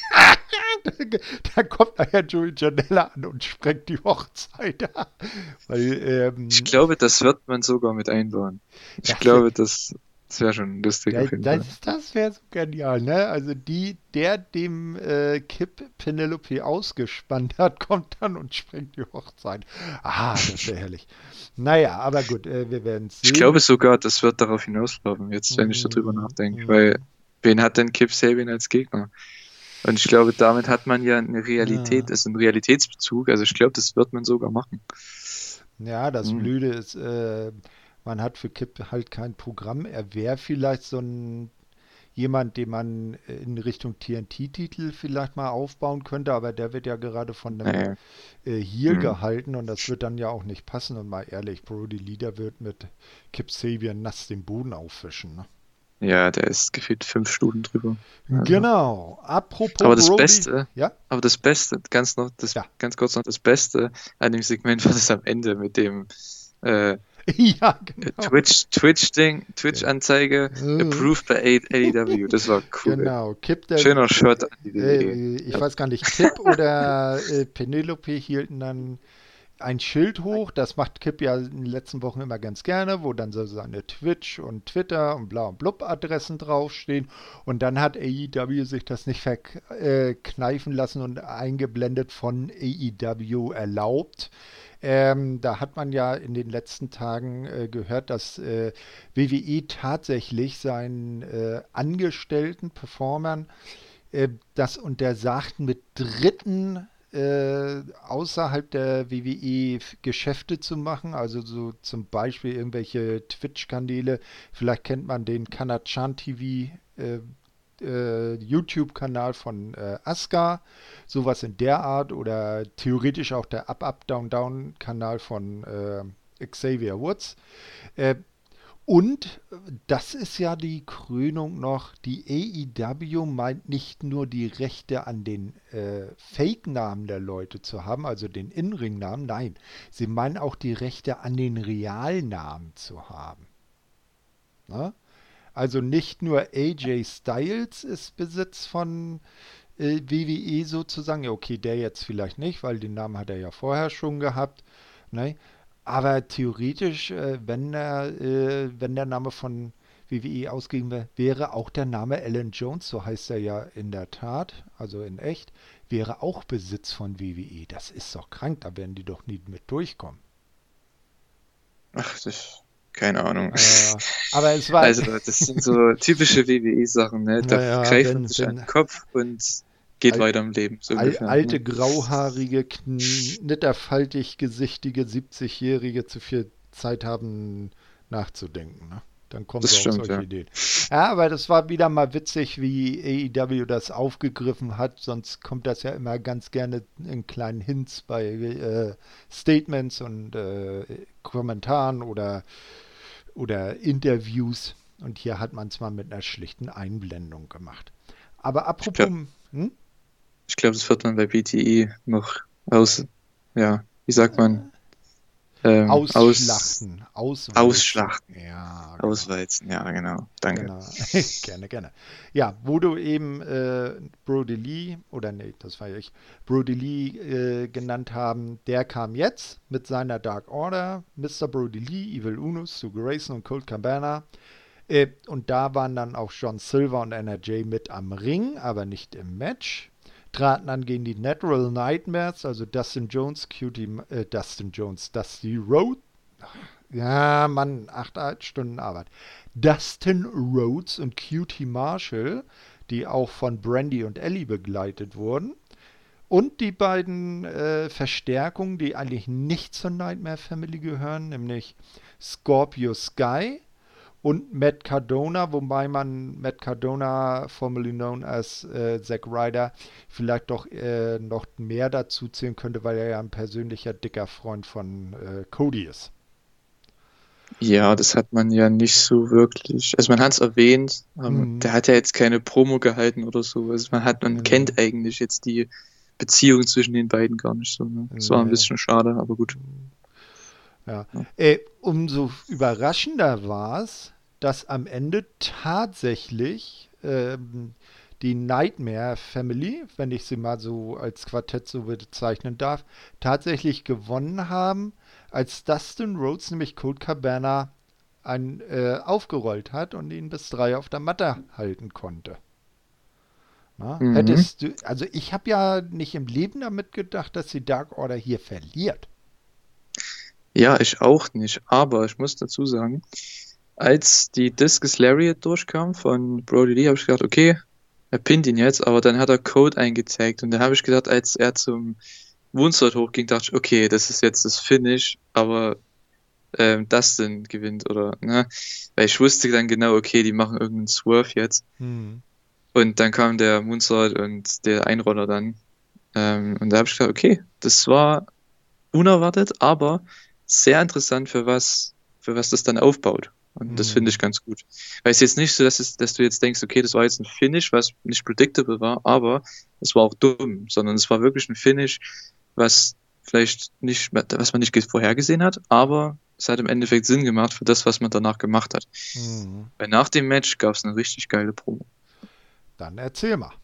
Da kommt nachher Joey Janela an und sprengt die Hochzeit. Weil, ich glaube, das wird man sogar mit einbauen. Ich glaube, das wäre schon lustig auf jeden Fall. Das wäre so genial, ne? Also der dem Kip Penelope ausgespannt hat, kommt dann und sprengt die Hochzeit. Das wäre herrlich. Naja, aber gut, wir werden es sehen. Ich glaube sogar, das wird darauf hinauslaufen, jetzt, wenn ich darüber nachdenke. Weil, wen hat denn Kip Sabian als Gegner? Und ich glaube, damit hat man ja eine Realität, also einen Realitätsbezug. Also ich glaube, das wird man sogar machen. Ja, das Blöde ist, man hat für Kip halt kein Programm. Er wäre vielleicht so jemand, den man in Richtung TNT-Titel vielleicht mal aufbauen könnte, aber der wird ja gerade von einem Heel gehalten und das wird dann ja auch nicht passen. Und mal ehrlich, Brody Leader wird mit Kip Sabian nass den Boden auffischen, ne? Ja, der ist gefühlt 5 Stunden drüber. Also. Genau. Apropos aber das Brody, Beste, ganz kurz noch, das Beste an dem Segment war das am Ende mit dem ja, genau. Twitch-Anzeige approved by AEW. Das war cool. Genau. Schöner Shot an die WWE. Ich weiß gar nicht, Kip oder Penelope hielten dann ein Schild hoch, das macht Kip ja in den letzten Wochen immer ganz gerne, wo dann so seine Twitch und Twitter und bla und blub Adressen draufstehen und dann hat AEW sich das nicht verkneifen lassen und eingeblendet von AEW erlaubt. Da hat man ja in den letzten Tagen gehört, dass WWE tatsächlich seinen angestellten Performern das untersagt, mit Dritten außerhalb der WWE Geschäfte zu machen, also so zum Beispiel irgendwelche Twitch-Kanäle, vielleicht kennt man den Kanachan TV YouTube-Kanal von Asuka, sowas in der Art oder theoretisch auch der Up-Up-Down-Down-Kanal von Xavier Woods. Und das ist ja die Krönung noch, die AEW meint nicht nur die Rechte an den Fake-Namen der Leute zu haben, also den In-Ring-Namen, nein, sie meinen auch die Rechte an den Realnamen zu haben. Na? Also nicht nur AJ Styles ist Besitz von WWE sozusagen, ja okay, der jetzt vielleicht nicht, weil den Namen hat er ja vorher schon gehabt, ne? Aber theoretisch, wenn der Name von WWE ausgegeben wäre auch der Name Alan Jones, so heißt er ja in der Tat, also in echt, wäre auch Besitz von WWE. Das ist doch krank, da werden die doch nie mit durchkommen. Ach, keine Ahnung. Aber es war... Also, das sind so typische WWE-Sachen, ne? Da greift man sich an den Kopf und geht weiter im Leben. So alte, grauhaarige, knitterfaltig gesichtige 70-Jährige zu viel Zeit haben nachzudenken. Ne? Dann kommen sie auf solche Ideen. Ja, aber das war wieder mal witzig, wie AEW das aufgegriffen hat. Sonst kommt das ja immer ganz gerne in kleinen Hints bei Statements und Kommentaren oder Interviews. Und hier hat man es mal mit einer schlichten Einblendung gemacht. Aber apropos... Ich glaube, das wird man bei BTE noch wie sagt man? Ausschlachten. Ausschlachten. Ja, genau. Auswalzen, ja, genau. Danke. Genau. Gerne. Ja, wo du eben Brody Lee, das war ja ich, Brody Lee genannt haben, der kam jetzt mit seiner Dark Order, Mr. Brody Lee, Evil Uno, Stu Grayson und Colt Cabana. Und da waren dann auch John Silver und NRJ mit am Ring, aber nicht im Match. Traten dann gegen die Natural Nightmares, also Dusty Rhodes. Ja, Mann, 8 Stunden Arbeit. Dustin Rhodes und Cutie Marshall, die auch von Brandy und Ellie begleitet wurden. Und die beiden Verstärkungen, die eigentlich nicht zur Nightmare Family gehören, nämlich Scorpio Sky und Matt Cardona, wobei man Matt Cardona, formerly known as Zack Ryder, vielleicht doch noch mehr dazu zählen könnte, weil er ja ein persönlicher dicker Freund von Cody ist. Ja, das hat man ja nicht so wirklich. Also man hat es erwähnt, der hat ja jetzt keine Promo gehalten oder so. Also man kennt eigentlich jetzt die Beziehung zwischen den beiden gar nicht so. Ne? Das war ein bisschen schade, aber gut. Ja. Umso überraschender war es, dass am Ende tatsächlich die Nightmare Family, wenn ich sie mal so als Quartett so bezeichnen darf, tatsächlich gewonnen haben, als Dustin Rhodes nämlich Colt Cabana aufgerollt hat und ihn bis 3 auf der Matte halten konnte. Na, hättest du, also ich habe ja nicht im Leben damit gedacht, dass die Dark Order hier verliert. Ja, ich auch nicht, aber ich muss dazu sagen, als die Discus Lariat durchkam von Brody Lee, habe ich gedacht, okay, er pinnt ihn jetzt, aber dann hat er Code eingezeigt und dann habe ich gedacht, als er zum Moonsault hochging, dachte ich, okay, das ist jetzt das Finish, aber Dustin gewinnt, oder, ne? Weil ich wusste dann genau, okay, die machen irgendeinen Swerve jetzt. Und dann kam der Moonsault und der Einroller dann. Und da habe ich gedacht, okay, das war unerwartet, aber sehr interessant, für was das dann aufbaut. Und das finde ich ganz gut. Weil es jetzt nicht so, dass du jetzt denkst, okay, das war jetzt ein Finish, was nicht predictable war, aber es war auch dumm, sondern es war wirklich ein Finish, was vielleicht nicht, was man nicht vorhergesehen hat, aber es hat im Endeffekt Sinn gemacht für das, was man danach gemacht hat. Weil nach dem Match gab es eine richtig geile Promo. Dann erzähl mal.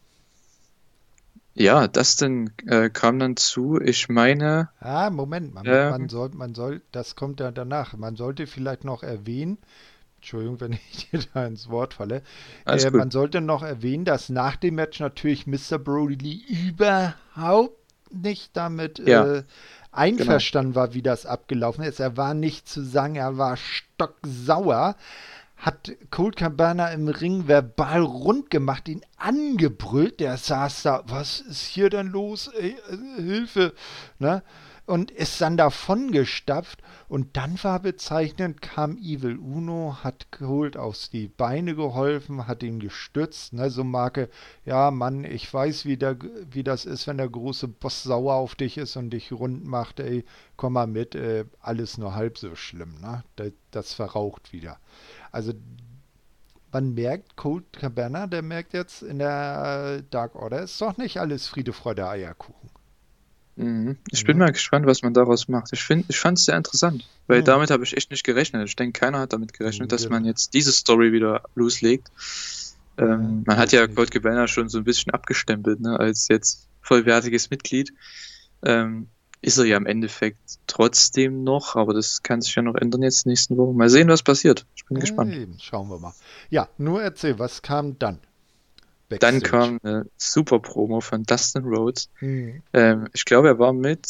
Ja, Dustin kam dann zu, ich meine... Moment, man soll, das kommt ja danach. Man sollte vielleicht noch erwähnen, Entschuldigung, wenn ich dir da ins Wort falle, man sollte noch erwähnen, dass nach dem Match natürlich Mr. Brody Lee überhaupt nicht damit einverstanden war, wie das abgelaufen ist. Er war nicht zu sagen, er war stocksauer, hat Colt Cabana im Ring verbal rund gemacht, ihn angebrüllt, der saß da, was ist hier denn los, ey, Hilfe, ne? Und ist dann davon gestapft und dann war bezeichnend, kam Evil Uno, hat Colt auf die Beine geholfen, hat ihn gestützt, ne? So Marke, ja Mann, ich weiß, wie das ist, wenn der große Boss sauer auf dich ist und dich rund macht, ey, komm mal mit, alles nur halb so schlimm, ne? Das verraucht wieder. Also man merkt, Colt Cabana, der merkt jetzt in der Dark Order, ist doch nicht alles Friede, Freude, Eierkuchen. Ich bin mal gespannt, was man daraus macht. Ich fand es sehr interessant, weil damit habe ich echt nicht gerechnet. Ich denke, keiner hat damit gerechnet, dass man jetzt diese Story wieder loslegt. Man hat ja Colt Cabana schon so ein bisschen abgestempelt, ne, als jetzt vollwertiges Mitglied. Ist er ja im Endeffekt trotzdem noch, aber das kann sich ja noch ändern jetzt nächsten Wochen. Mal sehen, was passiert. Ich bin gespannt. Eben, schauen wir mal. Ja, nur erzähl, was kam dann? Backstage. Dann kam eine super Promo von Dustin Rhodes. Ich glaube, er war mit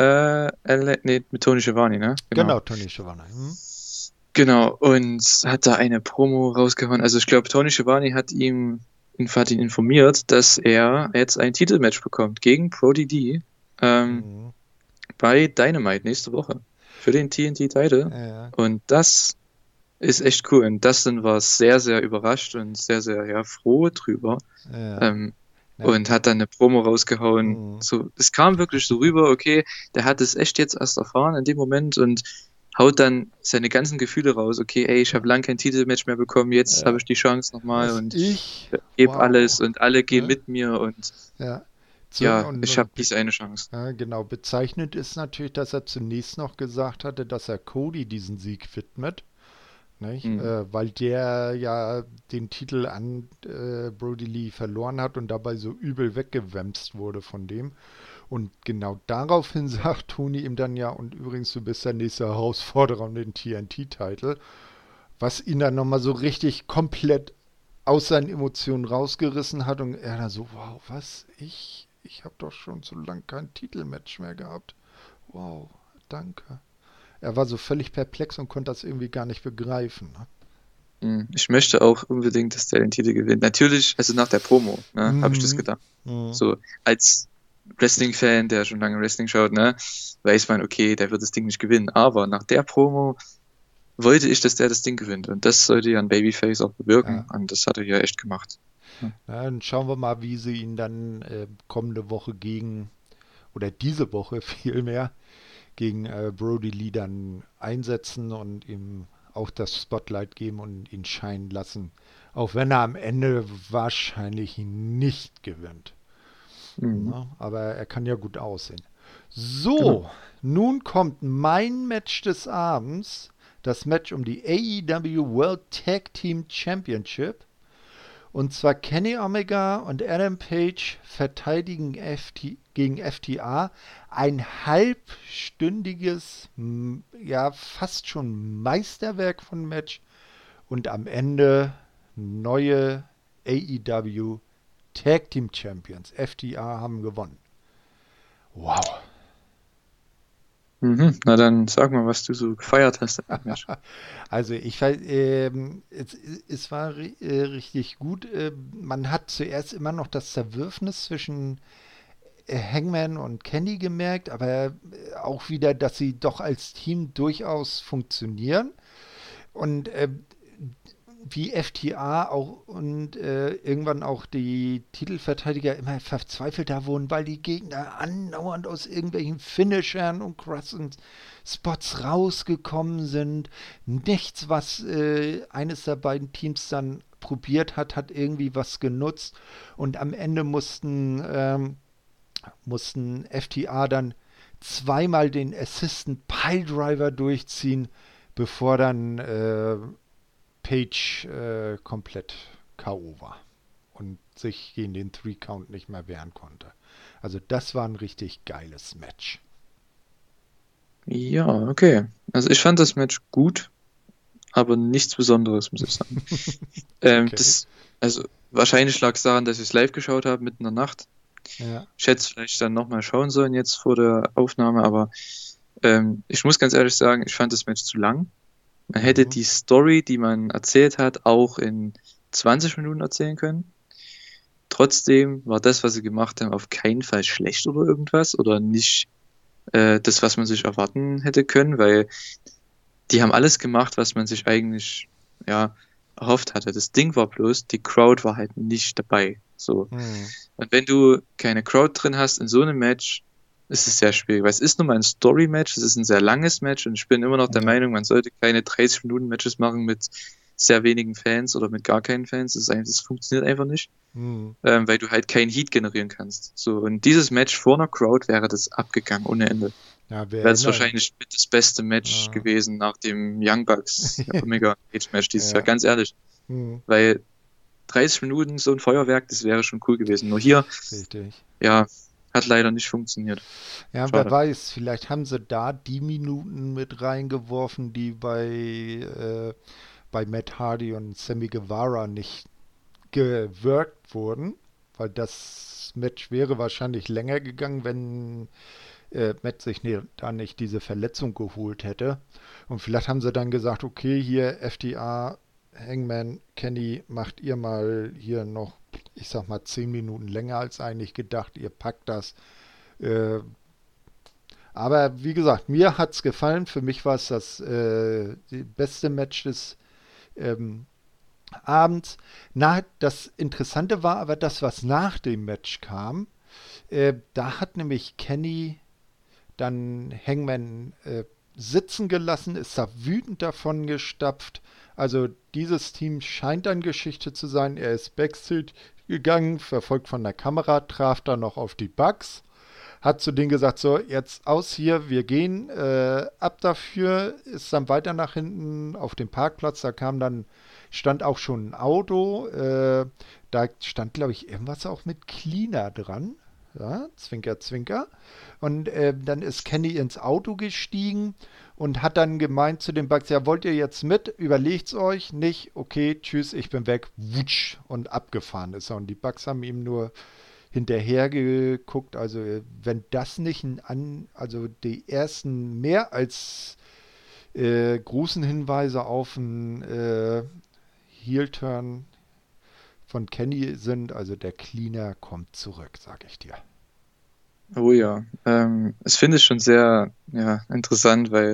Tony Schiavone, ne? Genau, Tony Schiavone. Genau, und hat da eine Promo rausgehauen. Also ich glaube, Tony Schiavone hat ihn informiert, dass er jetzt ein Titelmatch bekommt gegen Brody Lee. Bei Dynamite nächste Woche für den TNT-Title. Ja. Und das ist echt cool. Und Dustin war sehr, sehr überrascht und sehr, sehr froh drüber. Ja. Und hat dann eine Promo rausgehauen. So, es kam wirklich so rüber, okay, der hat es echt jetzt erst erfahren in dem Moment und haut dann seine ganzen Gefühle raus. Okay, ey, ich habe lange kein Titelmatch mehr bekommen, jetzt habe ich die Chance nochmal und ich gebe alles und alle gehen mit mir. Und Ja, ich habe diese eine Chance. Ja, genau. Bezeichnend ist natürlich, dass er zunächst noch gesagt hatte, dass er Cody diesen Sieg widmet, nicht? Hm. Weil der ja den Titel an Brody Lee verloren hat und dabei so übel weggewämst wurde von dem. Und genau daraufhin sagt Tony ihm dann ja, und übrigens, du bist der nächste Herausforderer um den TNT-Titel, was ihn dann nochmal so richtig komplett aus seinen Emotionen rausgerissen hat und er dann so, wow, was? Ich habe doch schon so lange kein Titelmatch mehr gehabt. Wow, danke. Er war so völlig perplex und konnte das irgendwie gar nicht begreifen. Ne? Ich möchte auch unbedingt, dass der den Titel gewinnt. Natürlich, also nach der Promo, ne, habe ich das Mhm. gedacht. Mhm. So, als Wrestling-Fan, der schon lange Wrestling schaut, ne, weiß man, okay, der wird das Ding nicht gewinnen. Aber nach der Promo wollte ich, dass der das Ding gewinnt. Und das sollte ja ein Babyface auch bewirken. Ja. Und das hat er ja echt gemacht. Ja. Na, dann schauen wir mal, wie sie ihn dann kommende Woche oder diese Woche vielmehr, gegen Brody Lee dann einsetzen und ihm auch das Spotlight geben und ihn scheinen lassen. Auch wenn er am Ende wahrscheinlich nicht gewinnt. Mhm. Ne? Aber er kann ja gut aussehen. Genau. So, nun kommt mein Match des Abends. Das Match um die AEW World Tag Team Championship. Und zwar Kenny Omega und Adam Page verteidigen gegen FTA ein halbstündiges, ja fast schon Meisterwerk von Match und am Ende neue AEW Tag Team Champions. FTA haben gewonnen. Wow. Mhm. Na dann sag mal, was du so gefeiert hast an dem Match. Also es war richtig gut. Man hat zuerst immer noch das Zerwürfnis zwischen Hangman und Kenny gemerkt, aber auch wieder, dass sie doch als Team durchaus funktionieren. Und wie FTA auch und irgendwann auch die Titelverteidiger immer verzweifelter wurden, weil die Gegner andauernd aus irgendwelchen Finishern und krassen Spots rausgekommen sind. Nichts, was eines der beiden Teams dann probiert hat, hat irgendwie was genutzt. Und am Ende mussten FTA dann zweimal den Assistant Piledriver durchziehen, bevor dann Page komplett K.O. war und sich gegen den Three-Count nicht mehr wehren konnte. Also das war ein richtig geiles Match. Ja, okay. Also ich fand das Match gut, aber nichts Besonderes, muss ich sagen. Okay. Also wahrscheinlich lag es daran, dass ich es live geschaut habe, mitten in der Nacht. Ja. Ich hätte es vielleicht dann nochmal schauen sollen jetzt vor der Aufnahme, aber ich muss ganz ehrlich sagen, ich fand das Match zu lang. Man hätte Mhm. die Story, die man erzählt hat, auch in 20 Minuten erzählen können. Trotzdem war das, was sie gemacht haben, auf keinen Fall schlecht oder irgendwas oder nicht das, was man sich erwarten hätte können, weil die haben alles gemacht, was man sich eigentlich ja erhofft hatte. Das Ding war bloß, die Crowd war halt nicht dabei. So. Mhm. Und wenn du keine Crowd drin hast in so einem Match, ist es sehr schwierig. Weil es ist nun mal ein Story-Match, es ist ein sehr langes Match und ich bin immer noch der Ja. Meinung, man sollte keine 30-Minuten-Matches machen mit sehr wenigen Fans oder mit gar keinen Fans. Das funktioniert einfach nicht, Mhm. weil du halt keinen Heat generieren kannst. So, und dieses Match vor einer Crowd wäre das abgegangen ohne Ende. Ja, wir Wäre das erinnern. wahrscheinlich mit das beste Match Äh, gewesen nach dem Young Bucks Omega Cage Match dieses Jahr, ja. ganz ehrlich. Mhm. Weil 30 Minuten so ein Feuerwerk, das wäre schon cool gewesen. Nur hier, Richtig. ja, hat leider nicht funktioniert. Ja, wer Schade. weiß, vielleicht haben sie da die Minuten mit reingeworfen, die bei Matt Hardy und Sammy Guevara nicht gewirkt wurden, weil das Match wäre wahrscheinlich länger gegangen, wenn Matt sich da nicht diese Verletzung geholt hätte. Und vielleicht haben sie dann gesagt, okay, hier FTA, Hangman, Kenny, macht ihr mal hier noch, ich sag mal, 10 Minuten länger als eigentlich gedacht. Ihr packt das. Äh, aber wie gesagt, mir hat es gefallen. Für mich war es das die beste Match des ähm, Abends. Das Interessante war aber das, was nach dem Match kam. Da hat nämlich Kenny dann Hangman sitzen gelassen, ist da wütend davon gestapft, Also dieses Team scheint dann Geschichte zu sein. Er ist Backstage gegangen, verfolgt von der Kamera, traf dann noch auf die Bucks, hat zu denen gesagt, so, jetzt aus hier, wir gehen, ab dafür, ist dann weiter nach hinten auf dem Parkplatz, stand auch schon ein Auto, da stand, glaube ich, irgendwas auch mit Cleaner dran, ja, Zwinker, Zwinker, und dann ist Kenny ins Auto gestiegen und hat dann gemeint zu den Bucks, ja, wollt ihr jetzt mit, überlegt's euch, nicht, okay, tschüss, ich bin weg, wutsch, und abgefahren ist er, und die Bucks haben ihm nur hinterher geguckt. Also wenn das nicht also die ersten mehr als großen Hinweise auf einen Heel-Turn von Kenny sind, also der Cleaner kommt zurück, sag ich dir. Oh ja, das finde ich schon sehr interessant, weil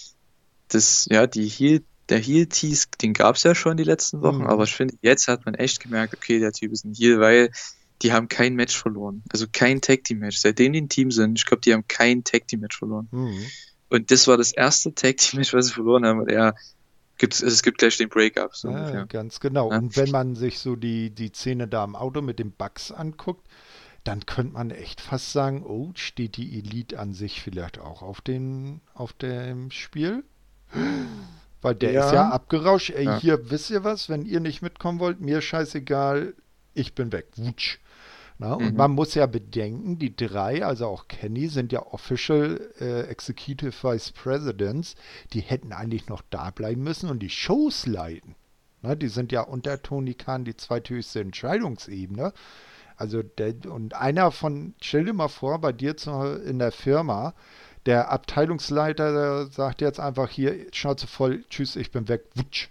der Heel-Tease, den gab es ja schon die letzten Wochen, aber ich finde, jetzt hat man echt gemerkt, okay, der Typ ist ein Heel, weil die haben kein Match verloren. Also kein Tag-Team-Match. Seitdem die ein Team sind, ich glaube, die haben kein Tag-Team-Match verloren. Und das war das erste Tag-Team-Match, was sie verloren haben. Und es gibt gleich den Breakup. So ungefähr. Ganz genau. Ja. Und wenn man sich so die Szene da im Auto mit den Bucks anguckt, dann könnte man echt fast sagen, oh, steht die Elite an sich vielleicht auch auf dem Spiel? Weil der ist ja abgerauscht. Ey, hier, wisst ihr was? Wenn ihr nicht mitkommen wollt, mir scheißegal, ich bin weg. Wutsch. Na, und man muss ja bedenken, die drei, also auch Kenny, sind ja Official Executive Vice Presidents. Die hätten eigentlich noch da bleiben müssen und die Shows leiten. Na, die sind ja unter Tony Khan die zweithöchste Entscheidungsebene. Also und stell dir mal vor, bei dir in der Firma, der Abteilungsleiter der sagt jetzt einfach hier, Schnauze voll, tschüss, ich bin weg, wutsch.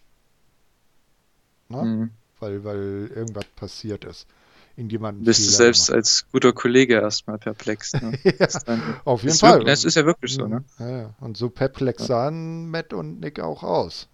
Na? Weil irgendwas passiert ist. Bist du selbst als guter Kollege erstmal perplex. Ne? Ja, auf jeden Fall. Das ist ja wirklich so, ne? Ja, und so perplex sahen Matt und Nick auch aus.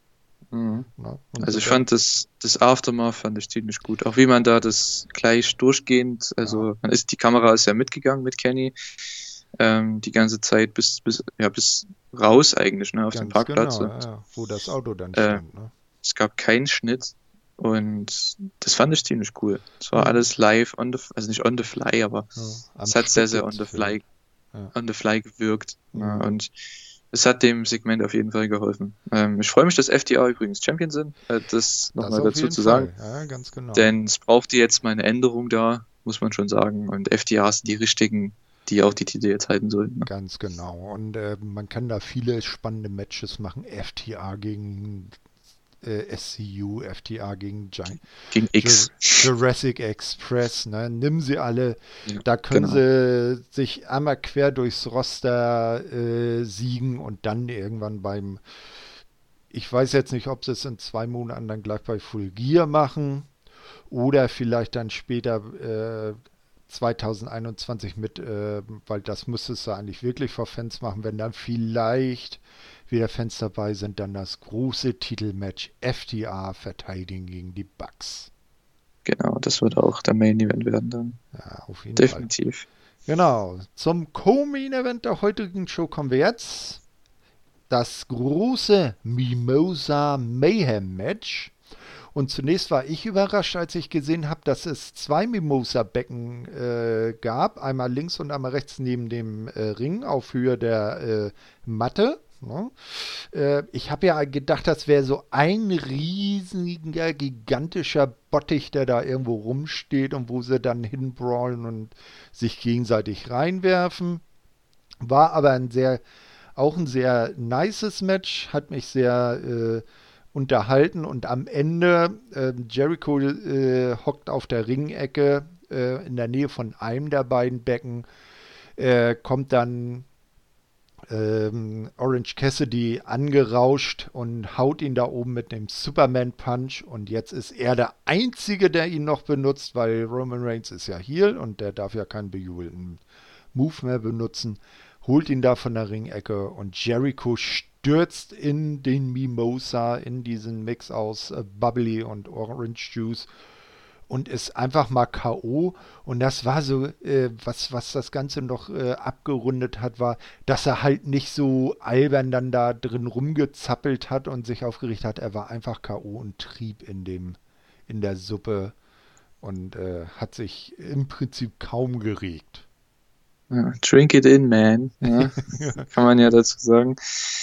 Also ich fand das Aftermath fand ich ziemlich gut. Auch wie man da das gleich durchgehend, also die Kamera ist ja mitgegangen mit Kenny die ganze Zeit bis raus eigentlich, ne, auf dem Parkplatz. Genau, wo das Auto dann stand. Ne? Es gab keinen Schnitt und das fand ich ziemlich cool. Es war alles live, also nicht on the fly, aber es hat sehr, sehr on the fly gewirkt. Ja, und es hat dem Segment auf jeden Fall geholfen. Ich freue mich, dass FTR übrigens Champion sind. Das nochmal dazu zu sagen. Ja, ganz genau. Denn es brauchte jetzt mal eine Änderung da, muss man schon sagen. Und FTR sind die richtigen, die auch die Titel jetzt halten sollten. Ne? Ganz genau. Und man kann da viele spannende Matches machen. FTR gegen SCU, FTR gegen X. Jurassic Express, ne? Nimm sie alle. Ja, da können sie sich einmal quer durchs Roster siegen und dann irgendwann ich weiß jetzt nicht, ob sie es in 2 Monaten dann gleich bei Full Gear machen oder vielleicht dann später 2021 weil das müsstest du eigentlich wirklich vor Fans machen, wenn dann vielleicht wieder Fans dabei sind, dann das große Titelmatch FTR verteidigen gegen die Bucks. Genau, das wird auch der Main Event werden dann. Ja, auf jeden Definitiv. Fall. Genau, zum Co-Main Event der heutigen Show kommen wir jetzt. Das große Mimosa Mayhem Match. Und zunächst war ich überrascht, als ich gesehen habe, dass es 2 Mimosa-Becken gab. Einmal links und einmal rechts neben dem Ring auf Höhe der Matte. Ne? Ich habe ja gedacht, das wäre so ein riesiger, gigantischer Bottich, der da irgendwo rumsteht und wo sie dann hinbrawlen und sich gegenseitig reinwerfen. War aber auch ein sehr nices Match, hat mich sehr unterhalten und am Ende Jericho hockt auf der Ringecke in der Nähe von einem der beiden Becken, kommt dann Orange Cassidy angerauscht und haut ihn da oben mit dem Superman Punch und jetzt ist er der Einzige, der ihn noch benutzt, weil Roman Reigns ist ja Heel und der darf ja keinen bejubelten Move mehr benutzen, holt ihn da von der Ringecke und Jericho stürzt in den Mimosa, in diesen Mix aus Bubbly und Orange Juice und ist einfach mal K.O. Und das war so, was das Ganze noch abgerundet hat, war, dass er halt nicht so albern dann da drin rumgezappelt hat und sich aufgerichtet hat. Er war einfach K.O. und trieb in der Suppe und hat sich im Prinzip kaum geregt. Ja, drink it in, man. Ja, kann man ja dazu sagen.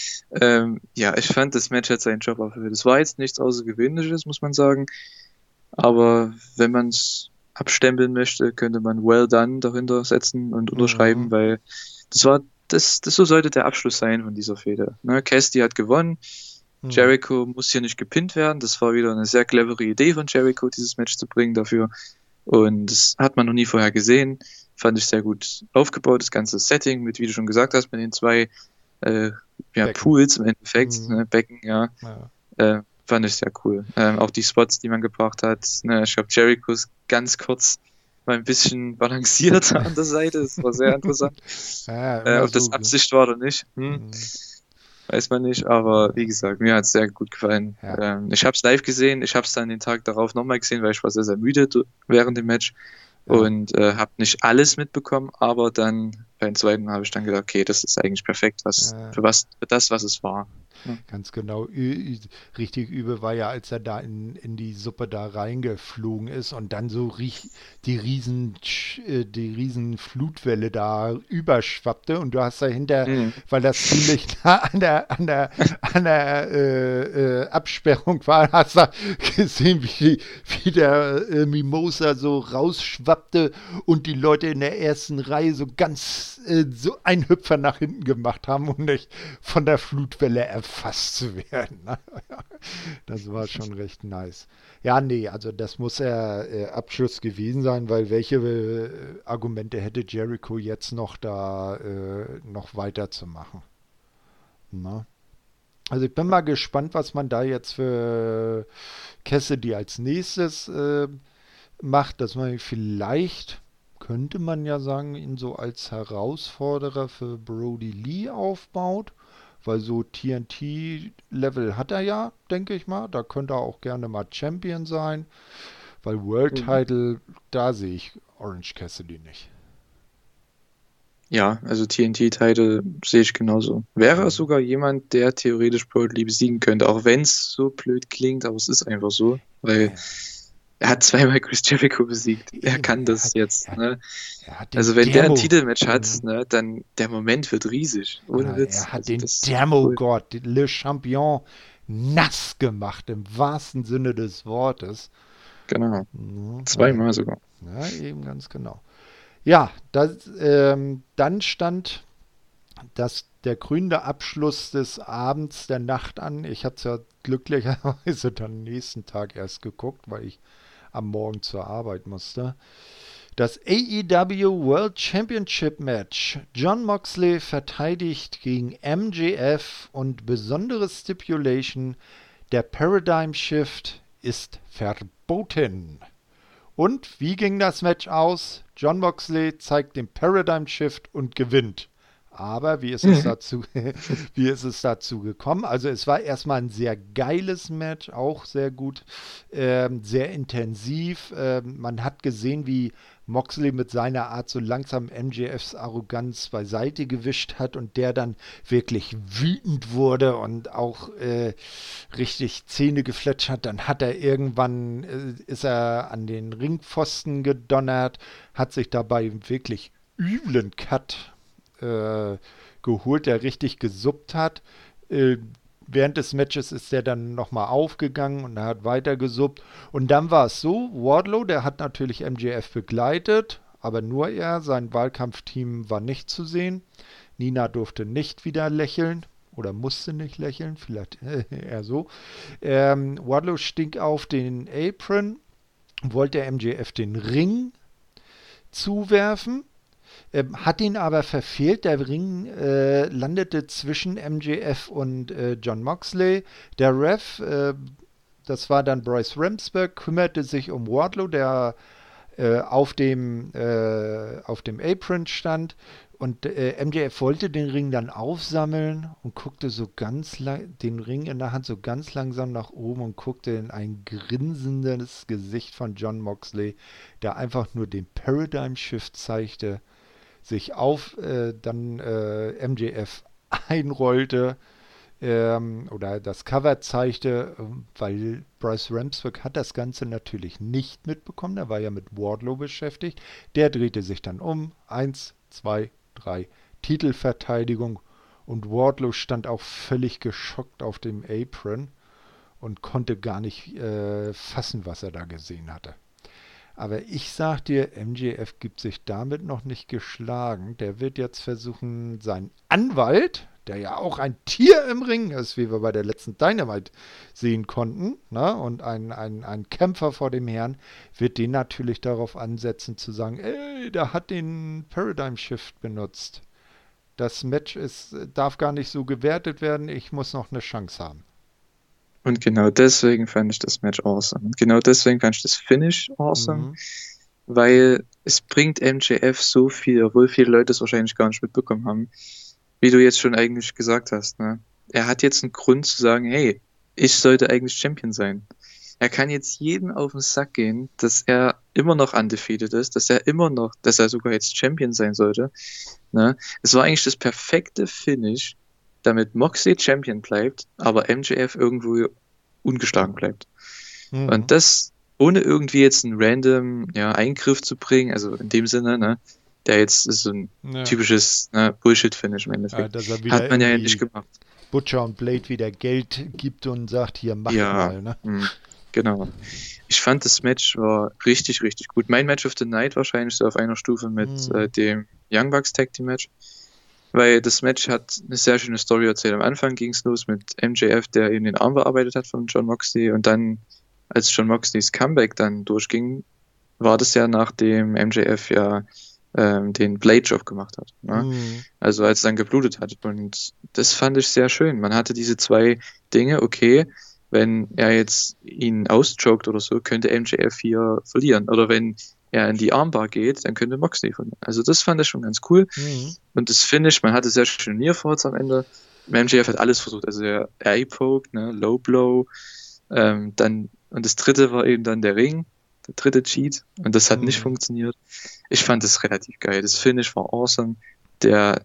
Ja, ich fand, das Match hat seinen Job erfüllt. Es war jetzt nichts Außergewöhnliches, muss man sagen. Aber wenn man es abstempeln möchte, könnte man well done dahinter setzen und unterschreiben, weil das so sollte der Abschluss sein von dieser Fehde. Ne? Cassidy hat gewonnen. Jericho muss hier nicht gepinnt werden. Das war wieder eine sehr clevere Idee von Jericho, dieses Match zu bringen dafür. Und das hat man noch nie vorher gesehen. Fand ich sehr gut aufgebaut, das ganze Setting mit, wie du schon gesagt hast, mit den zwei Pools im Endeffekt, ne, Becken, ja. Fand ich sehr cool. Auch die Spots, die man gebracht hat. Ne, ich glaube, Jericho ist ganz kurz mal ein bisschen balanciert an der Seite. Das war sehr interessant. Ob das Absicht war oder nicht, weiß man nicht. Aber wie gesagt, mir hat es sehr gut gefallen. Ja. Ich habe es live gesehen. Ich habe es dann den Tag darauf nochmal gesehen, weil ich war sehr, sehr müde während dem Match. Und habe nicht alles mitbekommen, aber dann beim zweiten habe ich dann gedacht, okay, das ist eigentlich perfekt, für das, was es war. Ja. Ganz genau. Richtig übel war ja, als er da in die Suppe da reingeflogen ist und dann so die riesen Flutwelle da überschwappte und du hast dahinter, weil das ziemlich nah an der Absperrung war, hast du gesehen, wie der Mimosa so rausschwappte und die Leute in der ersten Reihe so ganz so einen Hüpfer nach hinten gemacht haben, um nicht von der Flutwelle erfasst zu werden. Das war schon recht nice. Ja, nee, also das muss Abschluss gewesen sein, weil welche Argumente hätte Jericho jetzt noch da noch weiterzumachen? Na? Also ich bin mal gespannt, was man da jetzt für Cassidy als nächstes macht, dass man vielleicht, könnte man ja sagen, ihn so als Herausforderer für Brody Lee aufbaut, weil so TNT-Level hat er ja, denke ich mal. Da könnte er auch gerne mal Champion sein, weil World Title, da sehe ich Orange Cassidy nicht. Ja, also TNT-Title sehe ich genauso. Wäre sogar jemand, der theoretisch Brody Lee besiegen könnte, auch wenn es so blöd klingt, aber es ist einfach so, weil er hat zweimal Chris Jericho besiegt. Er kann das jetzt. Ne? Also wenn der ein Titelmatch hat, ne, dann der Moment wird riesig. Ohne Witz. Er hat den Demogod, Le Champion, nass gemacht, im wahrsten Sinne des Wortes. Genau. Zweimal sogar. Ja, eben ganz genau. Ja, dann stand der krönende Abschluss des Abends, der Nacht an. Ich habe es ja glücklicherweise dann nächsten Tag erst geguckt, weil ich am Morgen zur Arbeit musste. Das AEW World Championship Match. Jon Moxley verteidigt gegen MJF und besondere Stipulation, der Paradigm Shift ist verboten. Und wie ging das Match aus? Jon Moxley zeigt den Paradigm Shift und gewinnt. Aber wie ist es dazu gekommen? Also es war erstmal ein sehr geiles Match, auch sehr gut, sehr intensiv. Man hat gesehen, wie Moxley mit seiner Art so langsam MJFs Arroganz beiseite gewischt hat und der dann wirklich wütend wurde und auch richtig Zähne gefletscht hat. Dann hat er irgendwann, ist er an den Ringpfosten gedonnert, hat sich dabei wirklich üblen Cut geholt, der richtig gesuppt hat. Während des Matches ist der dann nochmal aufgegangen und er hat weiter gesuppt. Und dann war es so, Wardlow, der hat natürlich MJF begleitet, aber nur er, sein Wahlkampfteam war nicht zu sehen. Nina durfte nicht wieder lächeln oder musste nicht lächeln, vielleicht eher so. Wardlow stieg auf den Apron, wollte MJF den Ring zuwerfen. Hat ihn aber verfehlt. Der Ring landete zwischen MJF und Jon Moxley. Der Ref, das war dann Bryce Remsburg, kümmerte sich um Wardlow. Der auf dem Apron stand und MJF wollte den Ring dann aufsammeln und guckte so ganz lang, den Ring in der Hand so ganz langsam nach oben und guckte in ein grinsendes Gesicht von Jon Moxley, der einfach nur den Paradigm Shift zeigte, sich dann MJF einrollte oder das Cover zeigte, weil Bryce Remsburg hat das Ganze natürlich nicht mitbekommen. Er war ja mit Wardlow beschäftigt. Der drehte sich dann um. 1, 2, 3. Titelverteidigung. Und Wardlow stand auch völlig geschockt auf dem Apron und konnte gar nicht fassen, was er da gesehen hatte. Aber ich sag dir, MJF gibt sich damit noch nicht geschlagen. Der wird jetzt versuchen, seinen Anwalt, der ja auch ein Tier im Ring ist, wie wir bei der letzten Dynamite sehen konnten, ne? Und ein Kämpfer vor dem Herrn, wird den natürlich darauf ansetzen zu sagen, ey, der hat den Paradigm Shift benutzt. Das Match darf gar nicht so gewertet werden, ich muss noch eine Chance haben. Und genau deswegen fand ich das Match awesome. Und genau deswegen fand ich das Finish awesome, weil es bringt MJF so viel, obwohl viele Leute es wahrscheinlich gar nicht mitbekommen haben, wie du jetzt schon eigentlich gesagt hast. Ne? Er hat jetzt einen Grund zu sagen, hey, ich sollte eigentlich Champion sein. Er kann jetzt jedem auf den Sack gehen, dass er immer noch undefeated ist, dass er sogar jetzt Champion sein sollte. Ne? Es war eigentlich das perfekte Finish, damit Moxley Champion bleibt, aber MJF irgendwo ungeschlagen bleibt. Und das ohne irgendwie jetzt einen random Eingriff zu bringen, also in dem Sinne, ne, der jetzt ist so ein typisches Bullshit-Finish im Endeffekt. Hat man ja nicht gemacht. Butcher und Blade wieder Geld gibt und sagt, hier, mach mal. Ne? Genau. Ich fand, das Match war richtig, richtig gut. Mein Match of the Night wahrscheinlich so auf einer Stufe mit dem Young Bucks Tag Team Match. Weil das Match hat eine sehr schöne Story erzählt. Am Anfang ging es los mit MJF, der eben den Arm bearbeitet hat von Jon Moxley. Und dann, als Jon Moxleys Comeback dann durchging, war das ja nachdem MJF den Blade-Job gemacht hat. Ne? Also als es dann geblutet hat. Und das fand ich sehr schön. Man hatte diese zwei Dinge, okay, wenn er jetzt ihn auschoked oder so, könnte MJF hier verlieren. Oder wenn er in die Armbar geht, dann könnte Moxley verlieren. Also das fand ich schon ganz cool. Und das Finish, man hatte sehr schöne Nearfalls am Ende. MJF hat alles versucht. Also der Eye-Poke, ne, Low Blow, und das dritte war eben dann der Ring, der dritte Cheat. Und das hat nicht funktioniert. Ich fand das relativ geil. Das Finish war awesome. Der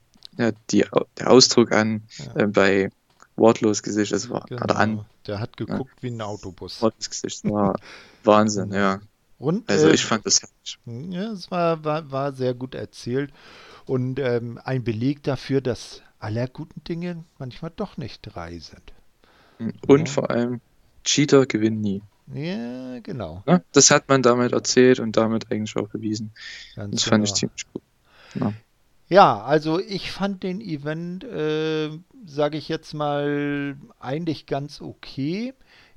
Ausdruck bei Wardlows Gesicht, das war der hat geguckt wie ein Autobus. Das Gesicht war Wahnsinn, ja. Und, also ich fand das herrlich. Ja, es war sehr gut erzählt und ein Beleg dafür, dass aller guten Dinge manchmal doch nicht 3 sind. Und vor allem, Cheater gewinnen nie. Ja, genau. Ja, das hat man damit erzählt und damit eigentlich auch bewiesen. Das fand ich ziemlich gut. Ja. Ja, also ich fand den Event, sage ich jetzt mal, eigentlich ganz okay.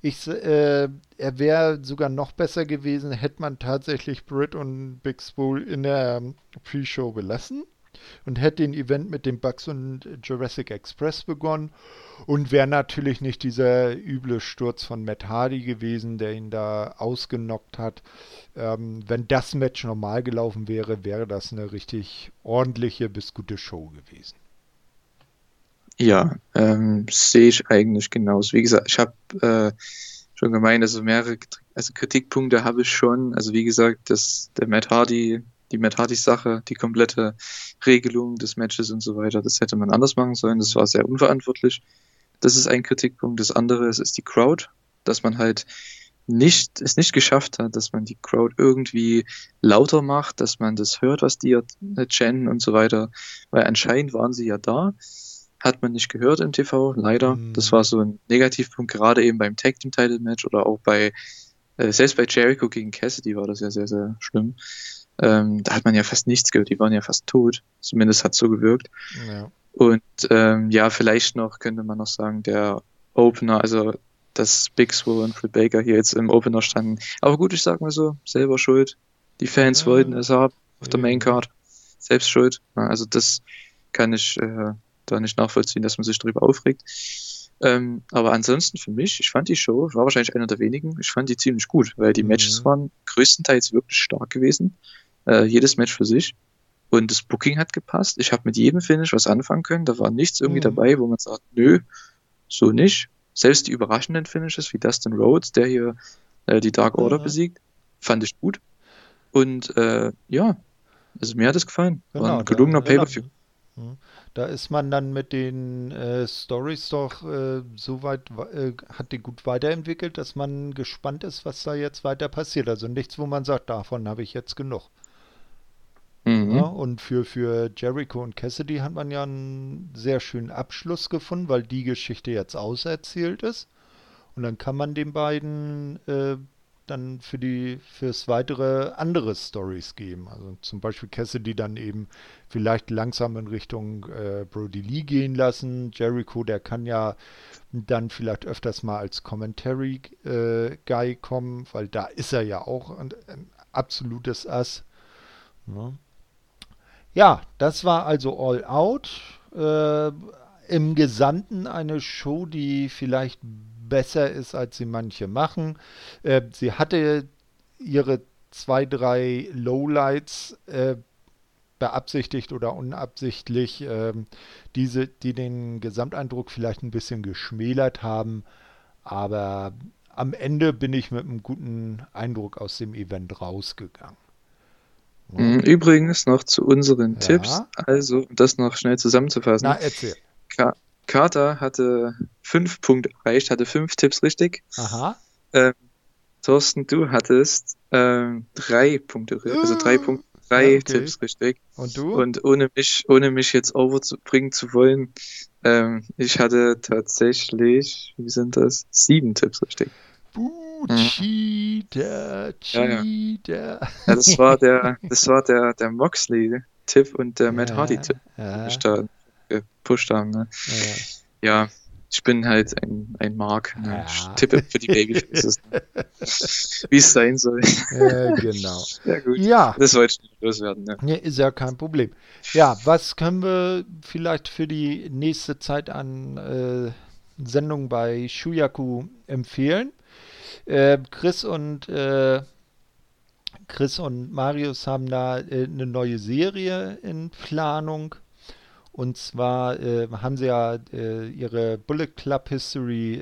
Er wäre sogar noch besser gewesen, hätte man tatsächlich Britt und Big Swole in der Pre-Show belassen und hätte den Event mit den Bucks und Jurassic Express begonnen und wäre natürlich nicht dieser üble Sturz von Matt Hardy gewesen, der ihn da ausgenockt hat. Wenn das Match normal gelaufen wäre, wäre das eine richtig ordentliche bis gute Show gewesen. Ja, sehe ich eigentlich genauso. Wie gesagt, ich habe schon gemeint, also mehrere Kritikpunkte habe ich schon. Also wie gesagt, die Matt Hardy-Sache, die komplette Regelung des Matches und so weiter, das hätte man anders machen sollen. Das war sehr unverantwortlich. Das ist ein Kritikpunkt. Das andere ist die Crowd, dass man halt es nicht geschafft hat, dass man die Crowd irgendwie lauter macht, dass man das hört, was die chanten und so weiter. Weil anscheinend waren sie ja da. Hat man nicht gehört im TV, leider. Das war so ein Negativpunkt, gerade eben beim Tag Team Title Match oder auch selbst bei Jericho gegen Cassidy war das ja sehr, sehr schlimm. Da hat man ja fast nichts gehört, die waren ja fast tot. Zumindest hat es so gewirkt. Ja. Und vielleicht noch, könnte man noch sagen, der Opener, also dass Big Swole und Britt Baker hier jetzt im Opener standen. Aber gut, ich sag mal so, selber schuld. Die Fans wollten es haben auf der Maincard. Selbst schuld. Also das kann ich da nicht nachvollziehen, dass man sich darüber aufregt. Aber ansonsten für mich, ich fand die Show, ich war wahrscheinlich einer der wenigen, ich fand die ziemlich gut, weil die Matches Mhm. waren größtenteils wirklich stark gewesen. Jedes Match für sich. Und das Booking hat gepasst. Ich habe mit jedem Finish was anfangen können. Da war nichts irgendwie Mhm. dabei, wo man sagt, nö, so nicht. Selbst die überraschenden Finishes wie Dustin Rhodes, der hier die Dark Order Mhm. besiegt, fand ich gut. Und ja, also mir hat es gefallen. War Genau, ein gelungener Pay-Per-View. mhm. Da ist man dann mit den Stories doch so weit, hat die gut weiterentwickelt, dass man gespannt ist, was da jetzt weiter passiert. Also nichts, wo man sagt, davon habe ich jetzt genug. Ja, Mhm. und für Jericho und Cassidy hat man ja einen sehr schönen Abschluss gefunden, weil die Geschichte jetzt auserzählt ist. Und dann kann man den beiden dann fürs weitere andere Stories geben. Also zum Beispiel Cassidy dann eben vielleicht langsam in Richtung Brody Lee gehen lassen. Jericho, der kann ja dann vielleicht öfters mal als Commentary Guy kommen, weil da ist er ja auch ein absolutes Ass. Ne? Ja, das war also All Out. Äh, Im Gesamten eine Show, die vielleicht besser ist, als sie manche machen. Sie hatte ihre zwei, drei Lowlights beabsichtigt oder unabsichtlich, die den Gesamteindruck vielleicht ein bisschen geschmälert haben. Aber am Ende bin ich mit einem guten Eindruck aus dem Event rausgegangen. Ja, Übrigens noch zu unseren Tipps. ja. Also, um das noch schnell Na, zusammenzufassen. erzähl. Ka Carter hatte 5 Punkte erreicht, hatte 5 Tipps richtig. Aha. Ähm, Thorsten, du hattest 3 Punkte, also 3 Äh, Punkte, Ja, 3 okay. Tipps richtig. Und du? Und ohne mich jetzt overbringen zu wollen, ich hatte tatsächlich, wie sind das? 7 Tipps richtig. Mhm. Cheater, Ja, ja. Cheater. Ja, das war der Moxley-Tipp und der Matt Ja, Hardy-Tipp, die mich ja, da gepusht haben. Ne? ja, Ja, ich bin halt ein Mark. Ne? Ich ja. tippe für die Babyfaces, ne? Wie es sein soll. Genau. Ja, gut. Ja, Das wollte ich nicht loswerden. Ne? ne, ist ja kein Problem. Ja, was können wir vielleicht für die nächste Zeit an Sendungen bei Shuyaku empfehlen? Äh, Chris und äh, Chris und Marius haben da eine neue Serie in Planung. Und zwar haben sie ja ihre Bullet Club History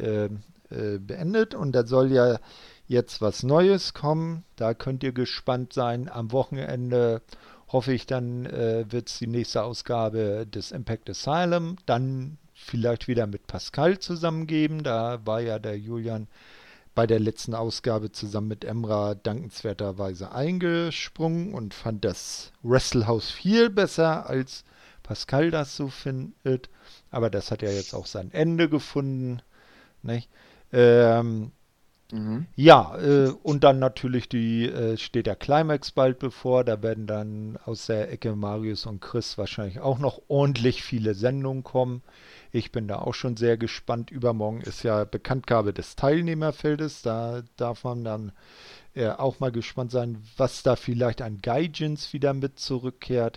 beendet und da soll ja jetzt was Neues kommen. Da könnt ihr gespannt sein. Am Wochenende hoffe ich, dann wird es die nächste Ausgabe des Impact Asylum. Dann vielleicht wieder mit Pascal zusammen geben. Da war ja der Julian bei der letzten Ausgabe zusammen mit Emra dankenswerterweise eingesprungen und fand das Wrestlehouse viel besser, als Pascal das so findet. Aber das hat ja jetzt auch sein Ende gefunden. Nicht? Ähm, Mhm. ja, und dann natürlich steht der Climax bald bevor. Da werden dann aus der Ecke Marius und Chris wahrscheinlich auch noch ordentlich viele Sendungen kommen. Ich bin da auch schon sehr gespannt. Übermorgen ist ja Bekanntgabe des Teilnehmerfeldes. Da darf man dann auch mal gespannt sein, was da vielleicht an Gaijins wieder mit zurückkehrt.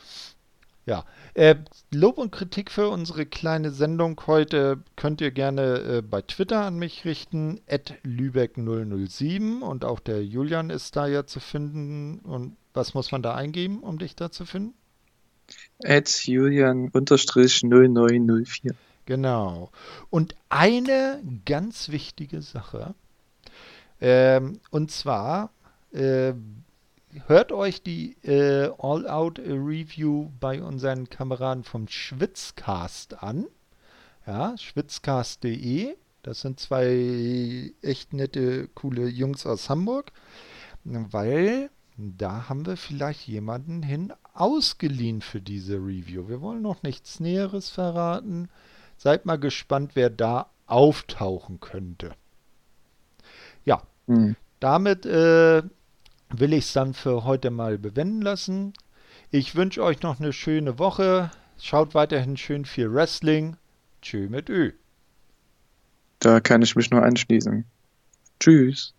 Ja, Lob und Kritik für unsere kleine Sendung heute könnt ihr gerne bei Twitter an mich richten, @lübeck007 und auch der Julian ist da ja zu finden. Und was muss man da eingeben, um dich da zu finden? @Julian_0904. Genau. Und eine ganz wichtige Sache, und zwar äh, hört euch die All-Out Review bei unseren Kameraden vom Schwitzcast an. Ja, schwitzcast.de. Das sind zwei echt nette, coole Jungs aus Hamburg, weil da haben wir vielleicht jemanden hin ausgeliehen für diese Review. Wir wollen noch nichts Näheres verraten. Seid mal gespannt, wer da auftauchen könnte. Ja, Mhm. damit will ich es dann für heute mal bewenden lassen. Ich wünsche euch noch eine schöne Woche. Schaut weiterhin schön viel Wrestling. Tschö mit Ö. Da kann ich mich nur anschließen. Tschüss.